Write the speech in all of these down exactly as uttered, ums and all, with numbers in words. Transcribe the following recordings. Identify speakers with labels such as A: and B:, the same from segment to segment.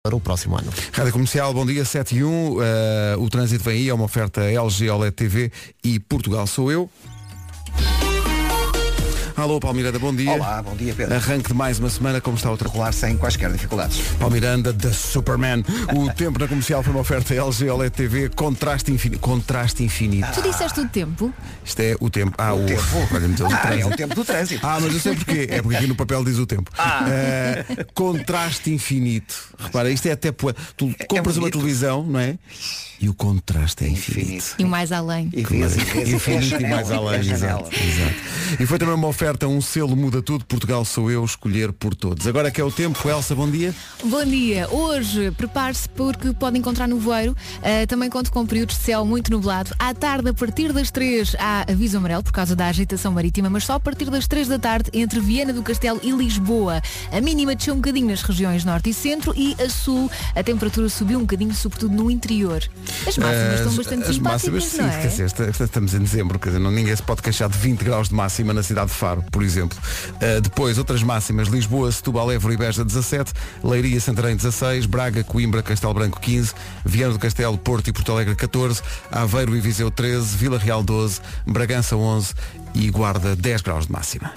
A: para o próximo ano.
B: Rádio Comercial, bom dia, sete e um. Uh, o trânsito vem aí, é uma oferta L G O L E D T V e Portugal sou eu. Alô, Palmiranda, bom dia.
C: Olá, bom dia, Pedro.
B: Arranque de mais uma semana, como está o trabalho?
C: Rolar sem quaisquer dificuldades.
B: Palmiranda, da Superman. O tempo na Comercial foi uma oferta L G O L E D T V, contraste infinito. Contraste infinito.
D: Tu disseste o tempo?
B: Isto é o tempo. Ah, o,
C: o tempo.
B: Olha-me dizer, o
C: ah,
B: trânsito.
C: é o tempo do trânsito.
B: Ah, mas eu sei porquê. É porque aqui no papel diz o tempo. Ah. Uh, contraste infinito. Repara, isto é até poeta. Tu
C: é,
B: compras
C: é
B: uma televisão, não é? E o contraste é infinito. infinito.
D: E mais além.
C: E vês, e vês,
B: infinito
C: é
B: e mais além.
C: é
B: Exato, exato. E foi também uma oferta, um selo muda tudo. Portugal sou eu, escolher por todos. Agora que é o tempo, Elsa, bom dia.
D: Bom dia. Hoje, prepare-se porque pode encontrar nevoeiro. Uh, também conto com períodos de céu muito nublado. À tarde, a partir das três, há aviso amarelo por causa da agitação marítima, mas só a partir das três da tarde, entre Viana do Castelo e Lisboa. A mínima desceu um bocadinho nas regiões norte e centro e a sul, a temperatura subiu um bocadinho, sobretudo no interior. As máximas estão bastante
B: as
D: simpáticas,
B: máximas,
D: não
B: sim,
D: é?
B: Quer dizer, estamos em dezembro, quer dizer, não, ninguém se pode queixar de vinte graus de máxima na cidade de Faro, por exemplo. Uh, depois, outras máximas, Lisboa, Setúbal, Évora e Beja dezassete, Leiria, Santarém dezasseis, Braga, Coimbra, Castelo Branco quinze, Viana do Castelo, Porto e Porto Alegre catorze, Aveiro e Viseu treze, Vila Real doze, Bragança onze e Guarda dez graus de máxima.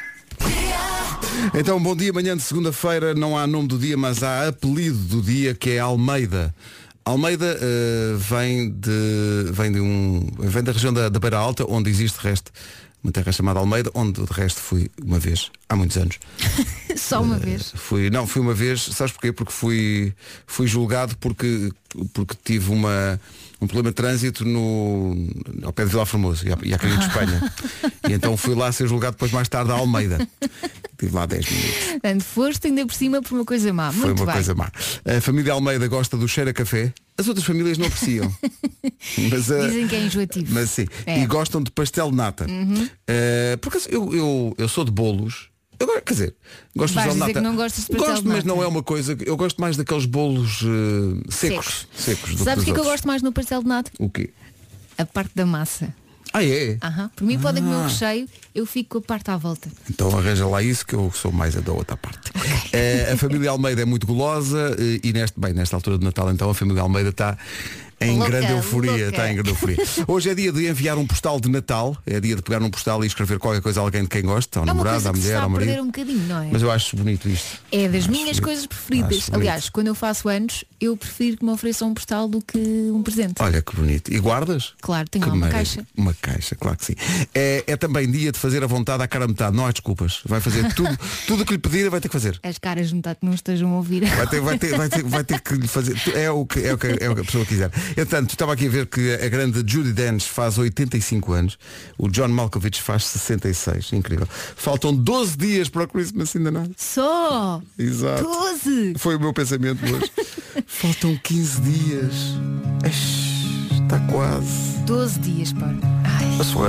B: Então, bom dia, manhã de segunda-feira, não há nome do dia, mas há apelido do dia, que é Almeida. Almeida uh, vem de vem de um vem da região da, da Beira Alta, onde existe de resto uma terra chamada Almeida, onde de resto fui uma vez, há muitos anos.
D: Só uma
B: uh,
D: vez?
B: Fui, não, fui uma vez, sabes porquê? Porque fui, fui julgado porque, porque tive uma, um problema de trânsito no, ao pé de Vila Formoso e à, e à caminho de Espanha. E então fui lá ser julgado depois mais tarde a Almeida. Estive lá dez minutos.
D: Portanto, foste ainda por cima por uma coisa má.
B: Foi
D: Muito
B: uma
D: bem.
B: coisa má. A família Almeida gosta do cheiro a café. As outras famílias não apreciam. Mas, uh,
D: Dizem que é enjoativo.
B: Mas sim.
D: É.
B: E gostam de pastel de nata.
D: Uhum.
B: Uh, porque eu, eu, eu sou de bolos. Eu, quer dizer, gosto
D: Vais
B: de
D: dizer
B: nata.
D: que não gostas de pastel
B: Gosto,
D: de
B: mas
D: nata.
B: não é uma coisa. Eu gosto mais daqueles bolos uh, secos. Secos. secos do
D: Sabes o que é que eu
B: outros.
D: gosto mais no pastel de nata?
B: O quê?
D: A parte da massa.
B: Ah, é?
D: Aham. Por mim podem comer o recheio, eu fico com a parte à volta.
B: Então arranja lá isso que eu sou mais a da outra parte. Okay. Uh, a família Almeida é muito gulosa uh, e neste, bem, nesta altura de Natal então a família Almeida está em
D: Louca,
B: grande euforia,
D: louca.
B: está em grande euforia. Hoje é dia de enviar um postal de Natal, é dia de pegar um postal e escrever qualquer coisa a alguém de quem gosta, ao
D: É uma
B: namorado,
D: coisa
B: à
D: que se
B: mulher,
D: está
B: ao
D: a perder
B: marido.
D: um bocadinho, não é?
B: Mas eu acho bonito isto.
D: É das
B: Acho
D: minhas
B: bonito.
D: coisas preferidas.
B: Acho bonito.
D: Aliás, quando eu faço anos, eu prefiro que me ofereçam um postal do que um presente.
B: Olha que bonito. E guardas?
D: Claro, tenho
B: Que
D: lá uma
B: maravilha.
D: caixa.
B: Uma caixa, claro que sim. É, é também dia de fazer a vontade à cara metade. Não há desculpas. Vai fazer tudo, tudo o que lhe pedir vai ter que fazer.
D: As caras de metade que não estejam a ouvir.
B: Vai ter, vai, ter, vai, ter, vai ter que lhe fazer. É o que, é o que, é o que a pessoa quiser. Entretanto, estava aqui a ver que a grande Judi Dench faz oitenta e cinco anos. O John Malkovich faz sessenta e seis. Incrível. Faltam doze dias para o Christmas ainda nada.
D: Só!
B: Exato.
D: doze!
B: Foi o meu pensamento hoje. Faltam quinze dias. Eish, está quase.
D: doze dias, pá. Ai.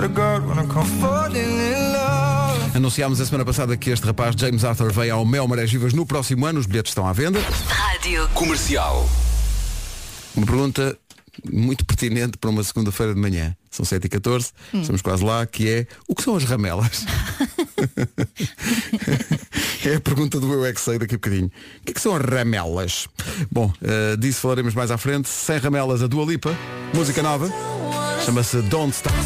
B: Anunciámos a semana passada que este rapaz, James Arthur, veio ao Mel Marés Vivas no próximo ano. Os bilhetes estão à venda.
E: Rádio Comercial.
B: Uma pergunta muito pertinente para uma segunda-feira de manhã. São sete e catorze, hum. estamos quase lá, que é: o que são as ramelas? É a pergunta do Eu É Que Sei daqui a bocadinho. O que é que são as ramelas? Bom, uh, disso falaremos mais à frente. Sem ramelas, a Dua Lipa, música nova, chama-se Don't Stop.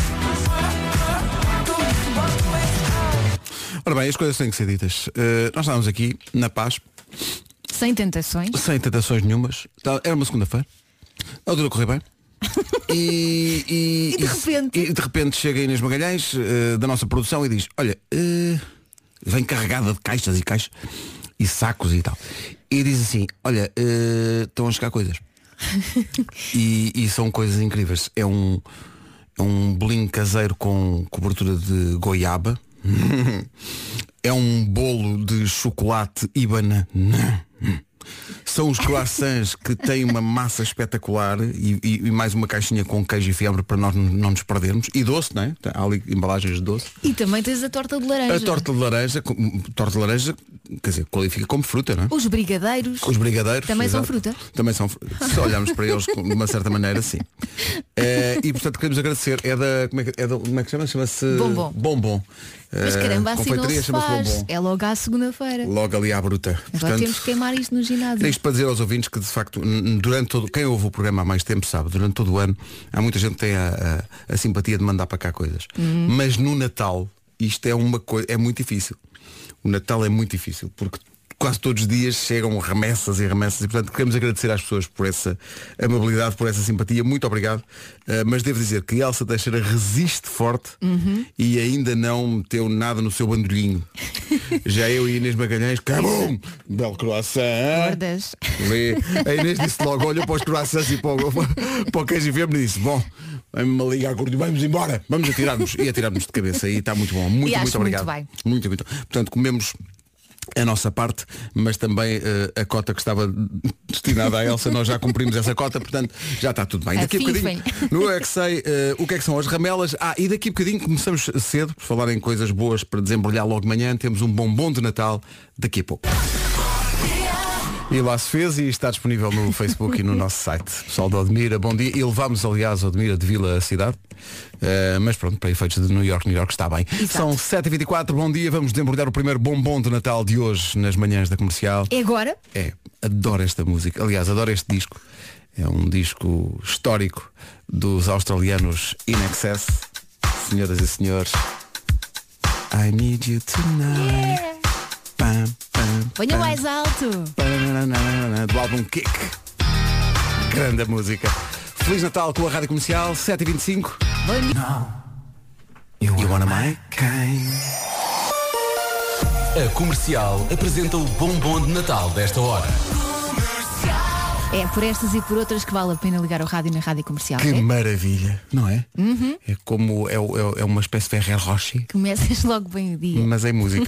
B: Ora bem, as coisas têm que ser ditas. Uh, nós estávamos aqui na paz,
D: Sem tentações.
B: sem tentações nenhumas. Era uma segunda-feira. A altura correu bem. E, e,
D: E de repente?
B: E, de repente chega Inês Magalhães uh, da nossa produção e diz: olha, uh, vem carregada de caixas e caixas e sacos e tal. E diz assim: olha, uh, estão a chegar coisas. e, e são coisas incríveis. É um, é um bolinho caseiro com cobertura de goiaba. É um bolo de chocolate Ibana. São os croissants que têm uma massa espetacular e, e, e mais uma caixinha com queijo e fiambre para nós não nos perdermos. E doce, não é? Há ali embalagens de doce.
D: E também tens a torta de laranja.
B: A torta de laranja, torta de laranja quer dizer, qualifica como fruta, não é?
D: Os brigadeiros.
B: Os brigadeiros.
D: Também
B: exato.
D: são fruta?
B: Também são fruta. Se olharmos para eles de uma certa maneira, sim. Uh, e portanto queremos agradecer. É da. Como é que, é da, como é que chama? Chama-se.
D: Bombom.
B: Bombom.
D: Mas caramba, assim não se faz.
B: Bombom.
D: É logo à segunda-feira.
B: Logo ali à bruta.
D: Agora
B: portanto,
D: temos que queimar isto no ginásio.
B: é isto para dizer aos ouvintes que de facto, durante todo. Quem ouve o programa há mais tempo sabe, durante todo o ano, há muita gente que tem a, a, a simpatia de mandar para cá coisas. Uhum. Mas no Natal, isto é uma coisa. É muito difícil. O Natal é muito difícil, porque quase todos os dias chegam remessas e remessas e portanto queremos agradecer às pessoas por essa amabilidade, por essa simpatia, muito obrigado. Uh, mas devo dizer que Elsa Teixeira resiste forte uhum. e ainda não meteu nada no seu bandolhinho. Já eu e Inês Magalhães, cabum! Belo croissant.
D: Gordas.
B: A Inês disse logo, olha para os croissants e para o, para o queijo e verme e disse, bom, vamos ligar a gordura, vamos embora, vamos atirar-nos e atirar-nos de cabeça e está muito bom. Muito,
D: e
B: muito obrigado.
D: Muito, bem.
B: muito, muito. Portanto, comemos a nossa parte, mas também uh, a cota que estava destinada à Elsa, nós já cumprimos essa cota, portanto já está tudo bem. Daqui a bocadinho, no é que sei, uh, o que é que são as ramelas. Ah, e daqui a bocadinho começamos cedo, por falar em coisas boas para desembrulhar logo de manhã, temos um bombom de Natal daqui a pouco. E lá se fez e está disponível no Facebook e no nosso site. Pessoal de Odmira, bom dia. E levámos, aliás, Odmira de Vila a cidade. Uh, mas pronto, para efeitos de New York, New York está bem.
D: Exato.
B: São sete e vinte e quatro, bom dia. Vamos desembrulhar o primeiro bombom de Natal de hoje nas manhãs da Comercial.
D: É agora?
B: É, adoro esta música. Aliás, adoro este disco. É um disco histórico dos australianos In Excess. Senhoras e senhores, I need you tonight.
D: Yeah.
B: Pam, pam,
D: Ponha mais alto.
B: Do álbum Kick. Grande música. Feliz Natal com a Rádio Comercial, sete e vinte e cinco.
D: Bom dia.
B: You, you wanna my kind.
E: A Comercial apresenta o bombom de Natal desta hora.
D: É por estas e por outras que vale a pena ligar o rádio na Rádio Comercial.
B: Que
D: é?
B: maravilha, não é?
D: Uhum.
B: É como, é, é, é uma espécie de Ferrer Rocher.
D: Começas logo bem o dia.
B: Mas em música.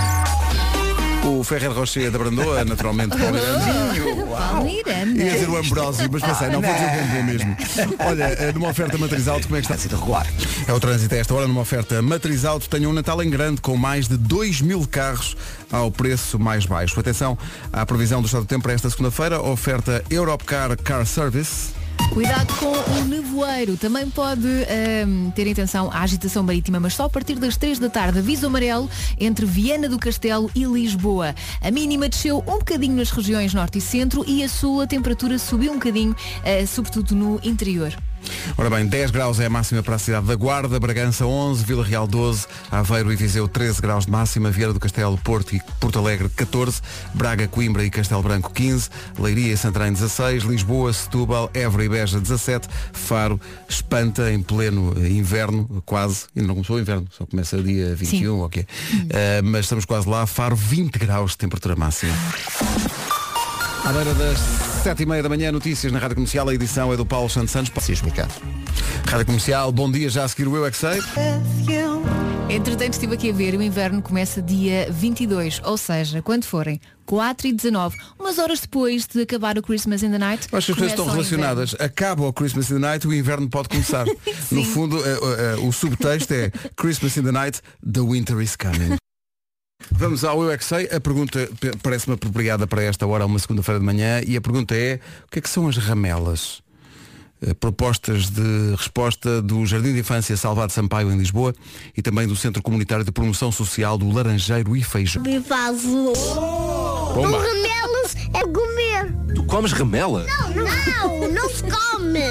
B: O Ferrer Rocher da Brandoa, naturalmente, Paulo Miranda.
D: Paulo Miranda.
B: Ia dizer o Ambrósio, mas pensei, não vou dizer o bombom mesmo. Olha, numa oferta Matriz Auto, como é que está?
C: Trânsito regular.
B: É o trânsito a esta hora, numa oferta Matriz Auto, tenha um Natal em grande, com mais de dois mil carros ao preço mais baixo. Atenção à previsão do estado do tempo para esta segunda-feira, oferta Europcar Car Service.
D: Cuidado com o nevoeiro. Também pode um, ter intenção à agitação marítima, mas só a partir das três da tarde. Aviso amarelo entre Viana do Castelo e Lisboa. A mínima desceu um bocadinho nas regiões norte e centro e a sul a temperatura subiu um bocadinho, uh, sobretudo no interior.
B: Ora bem, dez graus é a máxima para a cidade da Guarda, Bragança onze, Vila Real doze, Aveiro e Viseu treze graus de máxima, Vieira do Castelo, Porto e Porto Alegre catorze, Braga, Coimbra e Castelo Branco quinze, Leiria e Santarém dezasseis, Lisboa, Setúbal, Évora e Beja dezassete, Faro espanta em pleno inverno, quase, ainda não começou o inverno, só começa dia vinte e um, ok. Uh, mas estamos quase lá, Faro vinte graus de temperatura máxima. À beira das sete e meia da manhã, notícias na Rádio Comercial, a edição é do Paulo Santos Santos.
C: Sísmica.
B: Rádio Comercial, bom dia, já a seguir o Eu É Que Sei.
D: Entretanto, estive aqui a ver, o inverno começa dia vinte e dois, ou seja, quando forem quatro e dezanove, umas horas depois de acabar o Christmas in the Night.
B: Acho que as coisas estão relacionadas. Acaba o Christmas in the Night, o inverno pode começar. No fundo, uh, uh, uh, o subtexto é Christmas in the Night, the winter is coming. Vamos ao Eu É Que Sei. A pergunta parece-me apropriada para esta hora, uma segunda-feira de manhã, e a pergunta é: o que é que são as ramelas? Uh, propostas de resposta do Jardim de Infância Salvado Sampaio em Lisboa e também do Centro Comunitário de Promoção Social do Laranjeiro e Feijão.
A: Me faz o...
B: Bomba.
A: Um remelas é comer.
E: Tu comes remela?
A: Não, não, não se come.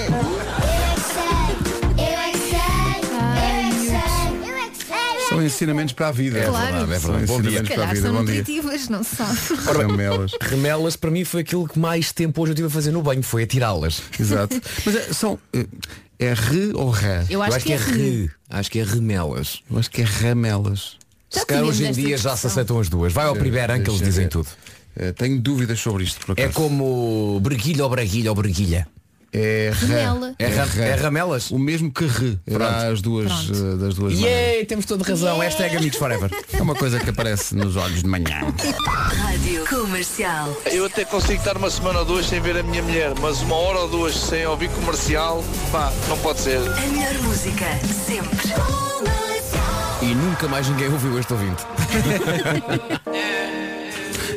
B: São ensinamentos para a vida.
D: Claro.
B: É verdade, é
D: São
B: verdade. São ensinamentos
D: Se
B: para a
D: calhar
B: vida.
D: são
B: Bom dia.
D: nutritivas, não são.
B: Ramelas.
F: Remelas para mim foi aquilo que mais tempo hoje eu tive a fazer no banho, foi atirá-las.
B: Exato. Mas é, são. É, é re ou ré?
D: Eu acho,
F: eu acho que, é re. Acho que é remelas.
B: Eu acho que é ramelas.
D: Já
F: Se calhar hoje em
D: tivemos
F: dia
D: esta
F: já se
D: discussão.
F: aceitam as duas. Vai ao primeiro ano que eles
B: Deixa
F: dizem
B: ver.
F: tudo.
B: Uh, tenho dúvidas sobre isto, por acaso.
F: É como breguilha ou braguilha ou breguilha.
B: É
D: Remela.
F: É, ra é ramelas?
B: O mesmo que re. Para as duas, uh, das duas maneiras.
F: Yay, temos toda razão.
D: Yeah.
F: Hashtag Amigos Forever.
B: É uma coisa que aparece nos olhos de manhã.
G: Rádio Comercial.
H: Eu até consigo estar uma semana ou duas sem ver a minha mulher, mas uma hora ou duas sem ouvir Comercial, pá, não pode ser.
G: A melhor música sempre.
F: E nunca mais ninguém ouviu este ouvinte.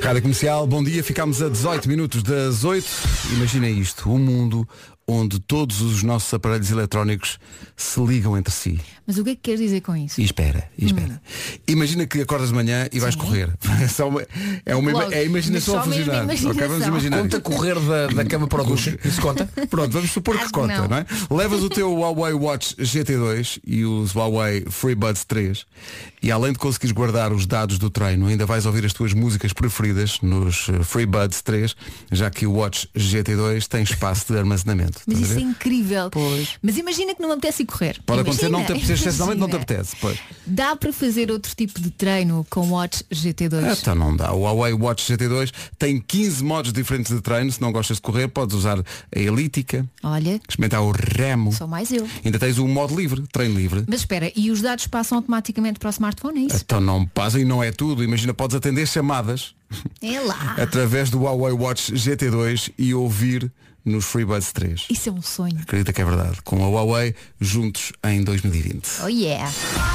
B: Rádio Comercial, bom dia, ficámos a dezoito minutos das oito. Imaginem isto, um mundo onde todos os nossos aparelhos eletrónicos se ligam entre si.
D: Mas o que é que queres dizer com isso?
B: E espera, e espera.
D: Hum.
B: Imagina que acordas de manhã e vais
D: Sim.
B: correr. É, só uma, é, uma,
D: Logo.
B: é a imaginação a
D: Mas só mesmo
B: funcionar.
D: imaginação.
B: Ok, vamos imaginar.
F: Conta correr da, da cama para o duche. Isso conta?
B: Pronto, vamos supor
D: Acho
B: que
D: que
B: conta,
D: não.
B: não é? Levas o teu Huawei Watch G T dois e os Huawei FreeBuds três e além de conseguires guardar os dados do treino, ainda vais ouvir as tuas músicas preferidas nos eh, FreeBuds três, já que o Watch G T dois tem espaço de armazenamento.
D: Mas
B: Estás a
D: isso é
B: ver?
D: incrível.
B: Pois.
D: Mas imagina que não me apetece ir correr.
B: Pode
D: Imagina,
B: acontecer, não te apetece, excepcionalmente não te
D: imagina.
B: apetece. Pois.
D: Dá para fazer outro tipo de treino com o Watch G T dois?
B: Então não dá. O Huawei Watch G T dois tem quinze modos diferentes de treino. Se não gostas de correr, podes usar a elíptica,
D: Olha,
B: experimentar o remo.
D: só mais eu.
B: Ainda tens o modo livre, treino livre.
D: Mas espera, e os dados passam automaticamente para o smartphone, é isso?
B: Então não passa e não é tudo. Imagina, podes atender chamadas
D: É lá.
B: através do Huawei Watch G T dois e ouvir nos FreeBuds três.
D: Isso é um sonho.
B: Acredita que é verdade. Com a Huawei, juntos em dois mil e vinte.
D: Oh yeah.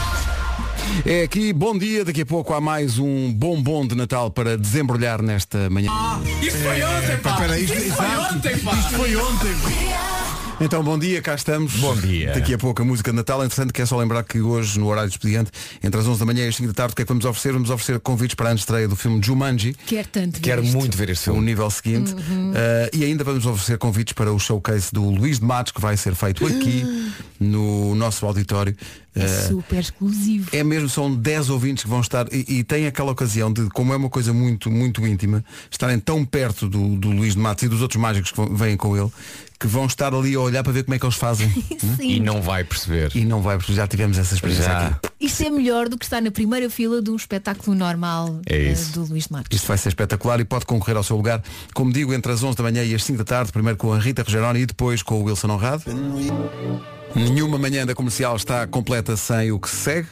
B: É aqui, bom dia. Daqui a pouco há mais um bombom de Natal para desembrulhar nesta manhã.
F: Isso foi ontem, pá!
B: Espera, isto,
F: Isso foi
B: exato.
F: ontem, pá!
B: Isto foi ontem. Então, bom dia, cá estamos.
F: Bom dia.
B: Daqui a pouco a música de Natal. É interessante que é só lembrar que hoje, no horário de expediente, entre as onze da manhã e as cinco da tarde, o que é que vamos oferecer? Vamos oferecer convites para a estreia do filme Jumanji,
D: Quero tanto ver
F: Quero
D: isto.
F: muito ver este
B: o
F: filme.
B: nível seguinte.
D: Uhum.
B: Uh, e ainda vamos oferecer convites para o showcase do Luís de Matos, que vai ser feito aqui no nosso auditório.
D: É
B: Uh,
D: super exclusivo.
B: é mesmo, são dez ouvintes que vão estar e, e tem aquela ocasião de, como é uma coisa muito, muito íntima, estarem tão perto do, do Luís de Matos e dos outros mágicos que vão- vêm com ele, que vão estar ali a olhar para ver como é que eles fazem.
F: E não vai perceber.
B: E não vai, porque já tivemos essa experiência
F: Já.
B: aqui.
D: Isto é melhor do que estar na primeira fila de um espetáculo normal
F: É
D: eh,
F: isso.
D: do Luís de Marques.
B: Isto vai ser espetacular e pode concorrer ao seu lugar, como digo, entre as onze da manhã e as cinco da tarde, primeiro com a Rita Rogeroni e depois com o Wilson Honrado. Nenhuma manhã da comercial está completa sem o que se segue.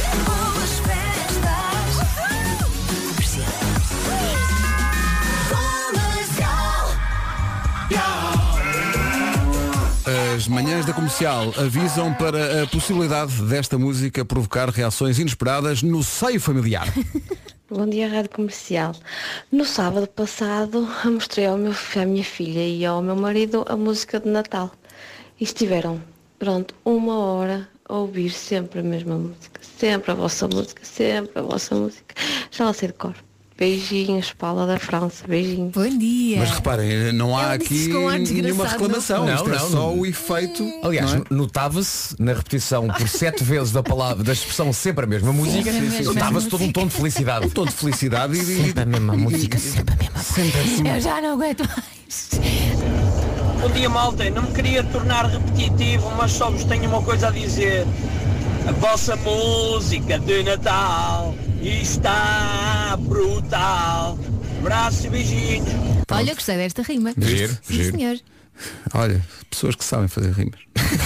B: As manhãs da comercial avisam para a possibilidade desta música provocar reações inesperadas no seio familiar.
I: Bom dia, Rádio Comercial. No sábado passado, eu mostrei ao meu, à minha filha e ao meu marido a música de Natal. E estiveram, pronto, uma hora a ouvir sempre a mesma música. Sempre a vossa música, sempre a vossa música. Já lá sei de cor. Beijinhos, Paula da França, beijinhos.
D: Bom dia.
B: Mas reparem, não há
D: Ela disse
B: aqui
D: com ar
B: nenhuma
D: desgraçado,
B: reclamação.
F: não
B: Isto
F: foi?
B: é
F: Não,
B: só
F: não.
B: o efeito.
F: Aliás,
B: não é?
F: notava-se na repetição por sete vezes da palavra, da expressão sempre a mesma música,
D: a mesma
F: notava-se todo um tom de felicidade.
B: Um tom de felicidade e,
F: Sempre a mesma música, sempre a mesma música.
D: Eu já não aguento mais.
J: Bom dia, malta. Não me queria tornar repetitivo, mas só vos tenho uma coisa a dizer. A vossa música de Natal está brutal. Abraço e beijinhos.
D: Olha, gostei desta rima.
F: Giro,
D: Sim,
F: giro.
D: senhor.
B: olha, pessoas que sabem fazer rimas.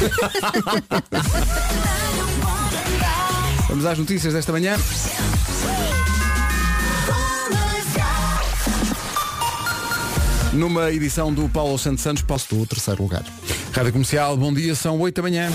B: Vamos às notícias desta manhã. Numa edição do Paulo Santos Santos, posso do terceiro lugar. Rádio Comercial, bom dia, são oito da manhã.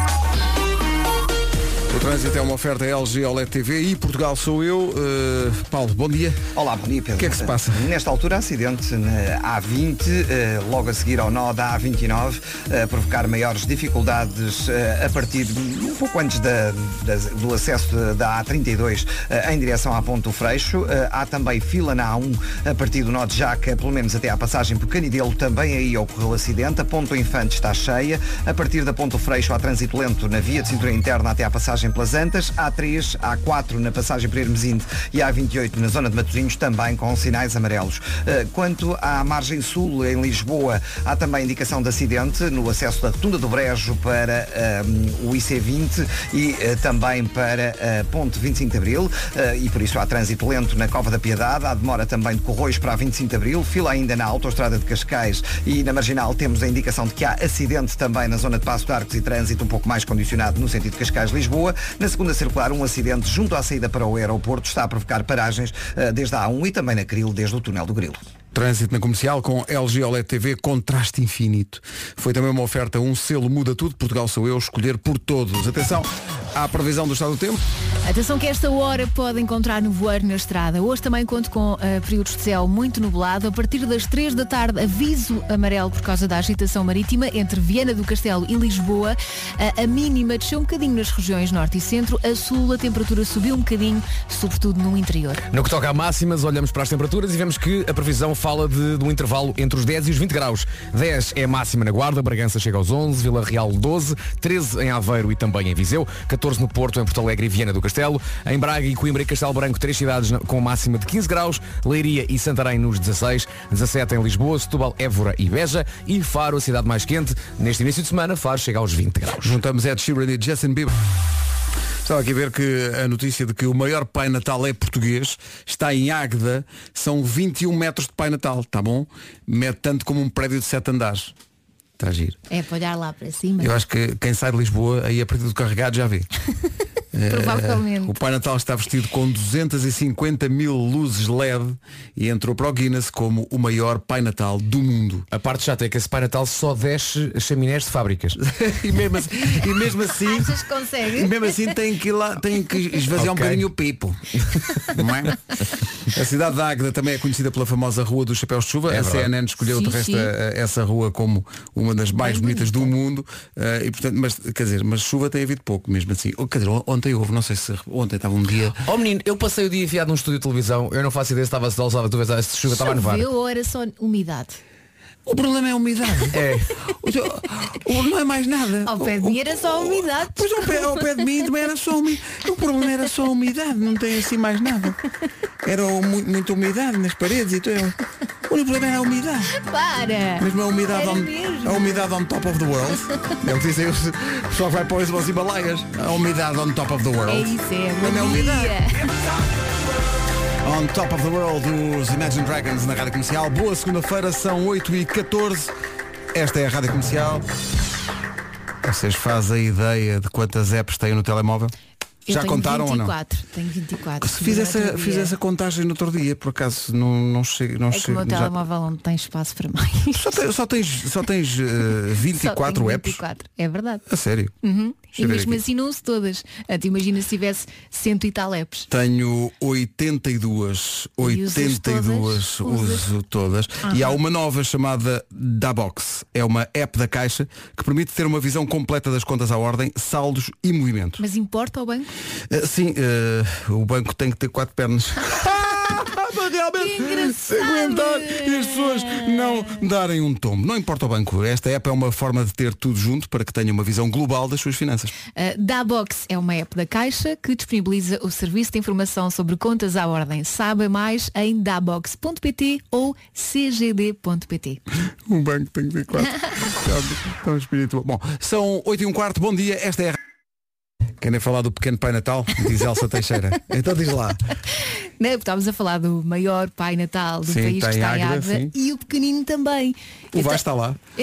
B: O trânsito é uma oferta L G O L E D T V e Portugal sou eu. Uh, Paulo, bom dia.
C: Olá, bom dia, Pedro.
B: O que é que se passa?
C: Nesta altura, acidente na A vinte, eh, logo a seguir ao nó da A vinte e nove, a provocar maiores dificuldades eh, a partir de um pouco antes da, da- do acesso da- da A trinta e dois eh, em direção à Ponte do Freixo. Eh, há também fila na A um a partir do nó de Jaca, pelo menos até à passagem por Canidelo, também aí ocorreu acidente. A Ponte do Infante está cheia. A partir da Ponte do Freixo há trânsito lento na via de cintura interna até à passagem pelas Antas, A três, A quatro na passagem por Hermesinde e A vinte e oito na zona de Matosinhos, também com sinais amarelos. Uh, Quanto à margem sul, em Lisboa, há também indicação de acidente no acesso da Rotunda do Brejo para um, o I C vinte e uh, também para a Ponte vinte e cinco de Abril, uh, e por isso há trânsito lento na Cova da Piedade, há demora também de Corroios para a vinte e cinco de Abril, fila ainda na Autostrada de Cascais e na Marginal temos a indicação de que há acidente também na zona de Passo de Arcos e trânsito um pouco mais condicionado no sentido de Cascais-Lisboa. Na segunda circular, um acidente junto à saída para o aeroporto está a provocar paragens uh, desde a A um e também na Cril, desde o túnel do Grilo.
B: Trânsito na comercial com L G O L E D T V, contraste infinito. Foi também uma oferta, um selo muda tudo, Portugal sou eu, escolher por todos. Atenção, à previsão do estado do tempo.
D: Atenção que esta hora pode encontrar nevoeiro na estrada. Hoje também conto com uh, períodos de céu muito nublado. A partir das três da tarde, aviso amarelo por causa da agitação marítima entre Viana do Castelo e Lisboa. Uh, a mínima desceu um bocadinho nas regiões norte e centro. A sul, a temperatura subiu um bocadinho, sobretudo no interior.
F: No que toca a máximas, olhamos para as temperaturas e vemos que a previsão fala de, de um intervalo entre os dez e os vinte graus. dez é a máxima na Guarda, Bragança chega aos onze, Vila Real doze, treze em Aveiro e também em Viseu, catorze no Porto, em Porto Alegre e Viana do Castelo. Em Braga e Coimbra e Castelo Branco, três cidades com máxima de quinze graus, Leiria e Santarém nos dezasseis, dezassete em Lisboa, Setúbal, Évora e Beja e Faro, a cidade mais quente. Neste início de semana, Faro chega aos vinte graus.
B: Juntamos Ed Sheeran e Justin Bieber. Estava aqui a ver que a notícia de que o maior Pai Natal é português está em Águeda, são vinte e um metros de Pai Natal, tá bom? Mede tanto como um prédio de sete andares. Está a giro.
D: É para olhar lá para cima.
B: Eu acho que quem sai de Lisboa, aí a partir do carregado já vê.
D: Provavelmente.
B: Uh, o Pai Natal está vestido com duzentas e cinquenta mil luzes L E D e entrou para o Guinness como o maior Pai Natal do mundo.
F: A parte chata é que esse Pai Natal só desce chaminés de fábricas.
B: e, mesmo assim, e mesmo assim
D: Achas que consegue?
B: E mesmo assim tem que ir lá, tem que esvaziar okay. um bocadinho o pipo. Não é? A cidade de Águeda também é conhecida pela famosa Rua dos Chapéus de Chuva. É a verdade. C N N escolheu sim, de resto a, essa rua como uma das mais Bem bonitas bonita. do mundo. Uh, e portanto, mas quer dizer, mas chuva tem havido pouco mesmo assim. Ou, quer dizer, ontem houve, não sei se ontem estava um dia.
F: Oh menino, eu passei o dia enfiado num estúdio de televisão, eu não faço ideia se estava a sol, tu vês, se chuva estava a nevar.
D: Ou era só umidade?
B: O problema é a umidade.
F: É.
B: O, o, não é mais nada.
D: Ao pé de mim era só a umidade.
B: Pois ao pé, ao pé de mim também era só a umidade. O problema era só a umidade, não tem assim mais nada. Era muito, muita umidade nas paredes e tudo. O único problema era a umidade.
D: Para!
B: Mesmo a umidade, on, a umidade on top of the world. É o que dizem, o pessoal vai para os Himalaias. A umidade on top of the world.
D: É isso, é.
B: Não é a umidade. On Top of the World dos Imagine Dragons na Rádio Comercial. Boa segunda-feira, são oito e catorze. Esta é a Rádio Comercial. Vocês fazem ideia de quantas apps têm no telemóvel?
D: Eu
B: Já
D: tenho
B: contaram
D: vinte e quatro,
B: ou não?
D: Tenho vinte e quatro.
B: Fiz essa, fiz essa contagem no outro dia, por acaso não, não chego. Não
D: é
B: chego,
D: que o meu
B: já...
D: telemóvel não tem espaço para mais.
B: Só, tem, só tens, só tens uh, vinte e quatro
D: só
B: apps?
D: vinte e quatro, é verdade.
B: A sério?
D: Uhum. E mesmo
B: aqui.
D: assim não uso todas. Te imagina se tivesse cento e tal apps.
B: Tenho oitenta e duas. oitenta e duas uso todas. Uhum. E há uma nova chamada Dabox. É uma app da Caixa que permite ter uma visão completa das contas à ordem, saldos e movimento.
D: Mas importa ao banco?
B: Uh, sim, uh, o banco tem que ter quatro pernas. Realmente se aguentar e as pessoas não darem um tombo. Não importa o banco, esta app é uma forma de ter tudo junto para que tenha uma visão global das suas finanças.
D: uh, Dabox é uma app da Caixa que disponibiliza o serviço de informação sobre contas à ordem. Saiba mais em dabox ponto pt ou c g d ponto p t.
B: Um banco tem que ter quatro. Tão espiritual. Bom, são oito e um quarto, bom dia, esta é a... Querem falar do pequeno Pai Natal? Diz Elsa Teixeira. Então diz lá.
D: Não, estávamos a falar do maior Pai Natal do
B: sim,
D: país que está em
B: Águeda,
D: Águeda e o pequenino também.
B: O então, Vasco está lá.
D: É...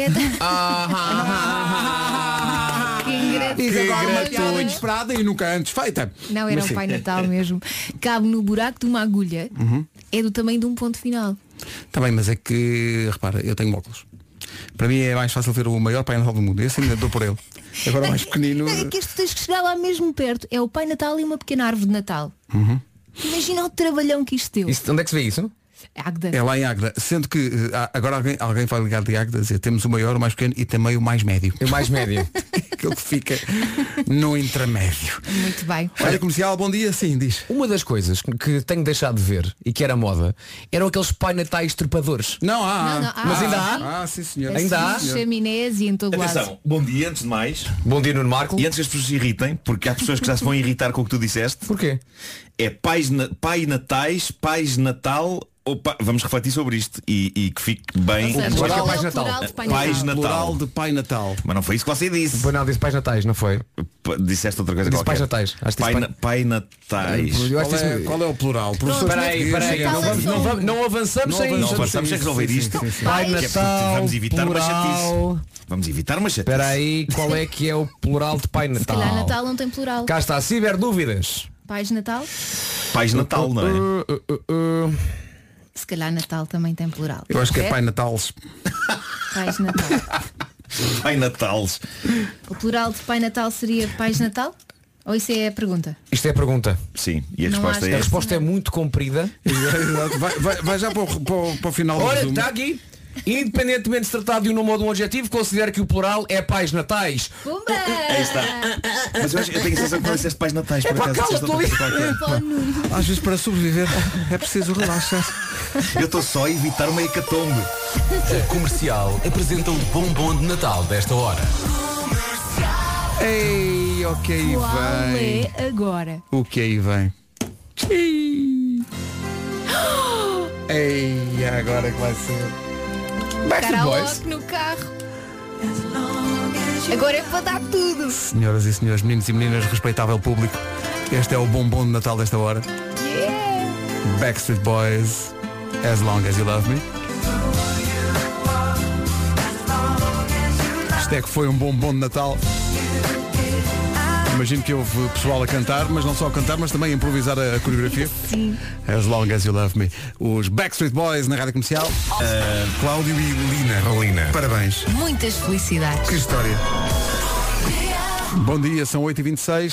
D: que engraçado.
B: Diz agora uma piada inesperada e nunca antes feita.
D: Não, era o um Pai Natal mesmo. Cabe no buraco de uma agulha. Uhum. É do tamanho de um ponto final.
B: Está bem, mas é que, repara, eu tenho óculos. Para mim é mais fácil ver o maior Pai Natal do mundo. Esse ainda dou por ele. Agora o mais pequenino.
D: Não, é que este tens que chegar lá mesmo perto. É o Pai Natal e uma pequena árvore de Natal.
B: Uhum.
D: Imagina o trabalhão que isto deu.
F: Isto, onde é que se vê isso?
D: Águeda.
B: É lá em Águeda. Sendo que agora alguém, alguém vai ligar de Águeda a dizer temos o maior, o mais pequeno e também o mais médio.
F: O mais médio.
B: Aquele que fica no intramédio.
D: Muito bem.
B: Rádio Comercial, bom dia, sim, diz.
F: Uma das coisas que tenho deixado de ver e que era moda eram aqueles Pai Natais trepadores.
B: Não há.
D: Não, não, há.
F: Mas ainda há?
B: Ah, sim senhor.
F: Assim, ainda há?
D: Chaminés e em todo
K: Atenção,
D: lado.
K: bom dia antes de mais.
F: Bom dia, Nuno Marco.
K: E antes que as pessoas se irritem, porque há pessoas que já se vão irritar com o que tu disseste.
F: Porquê?
K: É pais, na, pai natais, pais natal. Opa, vamos refletir sobre isto e, e que fique bem.
D: Seja,
F: o plural,
D: é
F: Pais
D: o
F: Natal.
D: plural de Pai
K: Pais
D: Natal.
K: Natal.
B: Plural de Pai Natal.
K: Mas não foi isso que você disse.
F: Pois não, disse Pais Natais, não foi?
K: P disseste outra coisa
F: Disse
K: qualquer.
F: Pais Natais. Acho que
K: Pai,
F: disse
K: na, pai Natais.
F: Eu acho
B: Qual,
F: que
B: é,
F: isso...
B: qual é o plural? Professor,
F: Espera aí, espera aí. Não, vamos, não, vamos, não avançamos
B: Não
F: sem
B: avançamos
K: Não avançamos sem resolver
B: sim,
K: isto.
B: sim, sim, sim.
F: Pai
K: Que é porque
F: Natal,
K: vamos evitar uma
F: plural.
K: chatice. Vamos evitar uma chatice.
F: Espera aí, qual é que é o plural de Pai
D: Se
F: Natal?
D: calhar Natal não tem plural.
F: Cá está, ciberdúvidas.
D: Pais de Natal?
K: Pais Natal, não é?
F: Uh, uh, uh, uh.
D: Se calhar Natal também tem plural.
B: Eu acho que é Pai Natal.
D: Pais de Natal.
K: Pai Natal.
D: O plural de Pai Natal seria Pais de Natal? Ou isso é a pergunta?
F: Isto é a pergunta.
K: Sim, e a
D: Não
K: resposta
D: acho
K: é...
F: A resposta é muito comprida.
B: Exato. Vai, vai, vai já para o, para o, para o final do
F: Olha,
B: resumo.
F: está aqui. Independentemente de se tratar de um nome ou de um adjetivo, considero que o plural é pais natais.
D: Pumba!
K: Aí está. Mas eu, acho, eu tenho a sensação que não disseste pais natais.
F: É
K: por
F: para
K: acaso,
F: cala,
K: disseste outra coisa qualquer.
B: Às vezes para sobreviver é preciso relaxar.
K: Eu estou só a evitar uma hecatombe.
E: A Comercial apresenta o bombom de Natal desta hora.
B: Ei, o que aí
D: Qual
B: vem?
D: é agora?
B: O que aí vem? Ei, agora que vai ser.
F: Backstreet Boys.
D: Karaoke no carro. Agora é para dar tudo.
B: Senhoras e senhores, meninos e meninas, respeitável público, este é o bombom de Natal desta hora.
D: Yeah.
B: Backstreet Boys, As Long As You Love Me. Isto é que foi um bombom de Natal. Imagino que houve pessoal a cantar, mas não só a cantar, mas também a improvisar a, a coreografia.
D: Sim.
B: As Long As You Love Me. Os Backstreet Boys na Rádio Comercial. Uh, Cláudio e Lina.
F: Rolina.
B: Parabéns.
D: Muitas felicidades.
B: Que história. Bom dia, são oito e vinte e seis.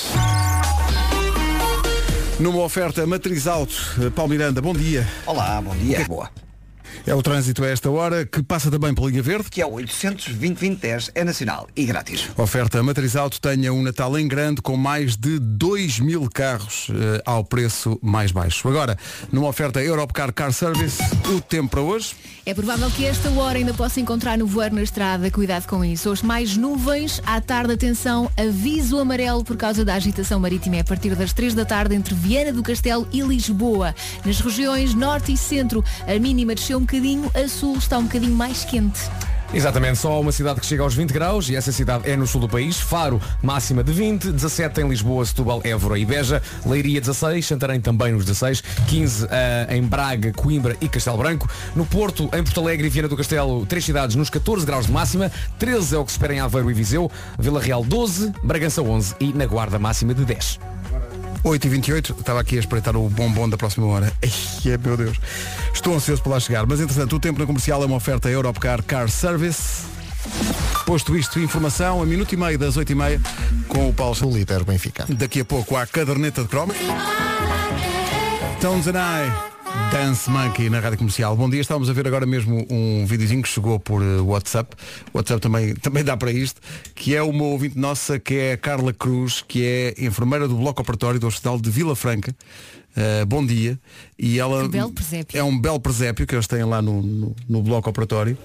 B: Numa oferta Matriz Auto, Paulo Miranda, bom dia.
C: Olá, bom dia. Boa.
B: É o trânsito a esta hora, que passa também pela linha verde.
C: Que é o oitocentos e vinte, vinte, dez, é nacional e grátis.
B: Oferta Matriz Auto, tenha um Natal em grande com mais de dois mil carros eh, ao preço mais baixo. Agora, numa oferta Europcar Car Service, o tempo para hoje.
D: É provável que esta hora ainda possa encontrar nevoeiro na estrada. Cuidado com isso. Hoje mais nuvens. À tarde, atenção, aviso amarelo por causa da agitação marítima. É a partir das três da tarde entre Viana do Castelo e Lisboa. Nas regiões norte e centro, a mínima desceu um bocadinho. A sul está um bocadinho mais quente.
F: Exatamente, só uma cidade que chega aos vinte graus e essa cidade é no sul do país. Faro, máxima de vinte, dezassete em Lisboa, Setúbal, Évora e Beja, Leiria dezasseis, Santarém também nos dezasseis, quinze uh, em Braga, Coimbra e Castelo Branco. No Porto, em Porto Alegre e Viana do Castelo, três cidades nos catorze graus de máxima, treze é o que se espera em Aveiro e Viseu, Vila Real doze, Bragança onze e na Guarda máxima de dez.
B: oito e vinte e oito, estava aqui a espreitar o bombom da próxima hora. Ai, meu Deus. Estou ansioso por lá chegar. Mas, entretanto, o tempo na comercial é uma oferta Europcar Car Service. Posto isto, informação, a minuto e meio das oito e meia, com o Paulo Líder Benfica. Daqui a pouco há a caderneta de cromos. Tones and I, Dance Monkey na Rádio Comercial. Bom dia, estávamos a ver agora mesmo um videozinho que chegou por uh, WhatsApp. O WhatsApp também, também dá para isto, que é uma ouvinte nossa, que é a Carla Cruz, que é enfermeira do bloco operatório do Hospital de Vila Franca. Uh, bom dia. E ela
D: um belo presépio.
B: é um belo presépio que eles têm lá no, no, no bloco operatório.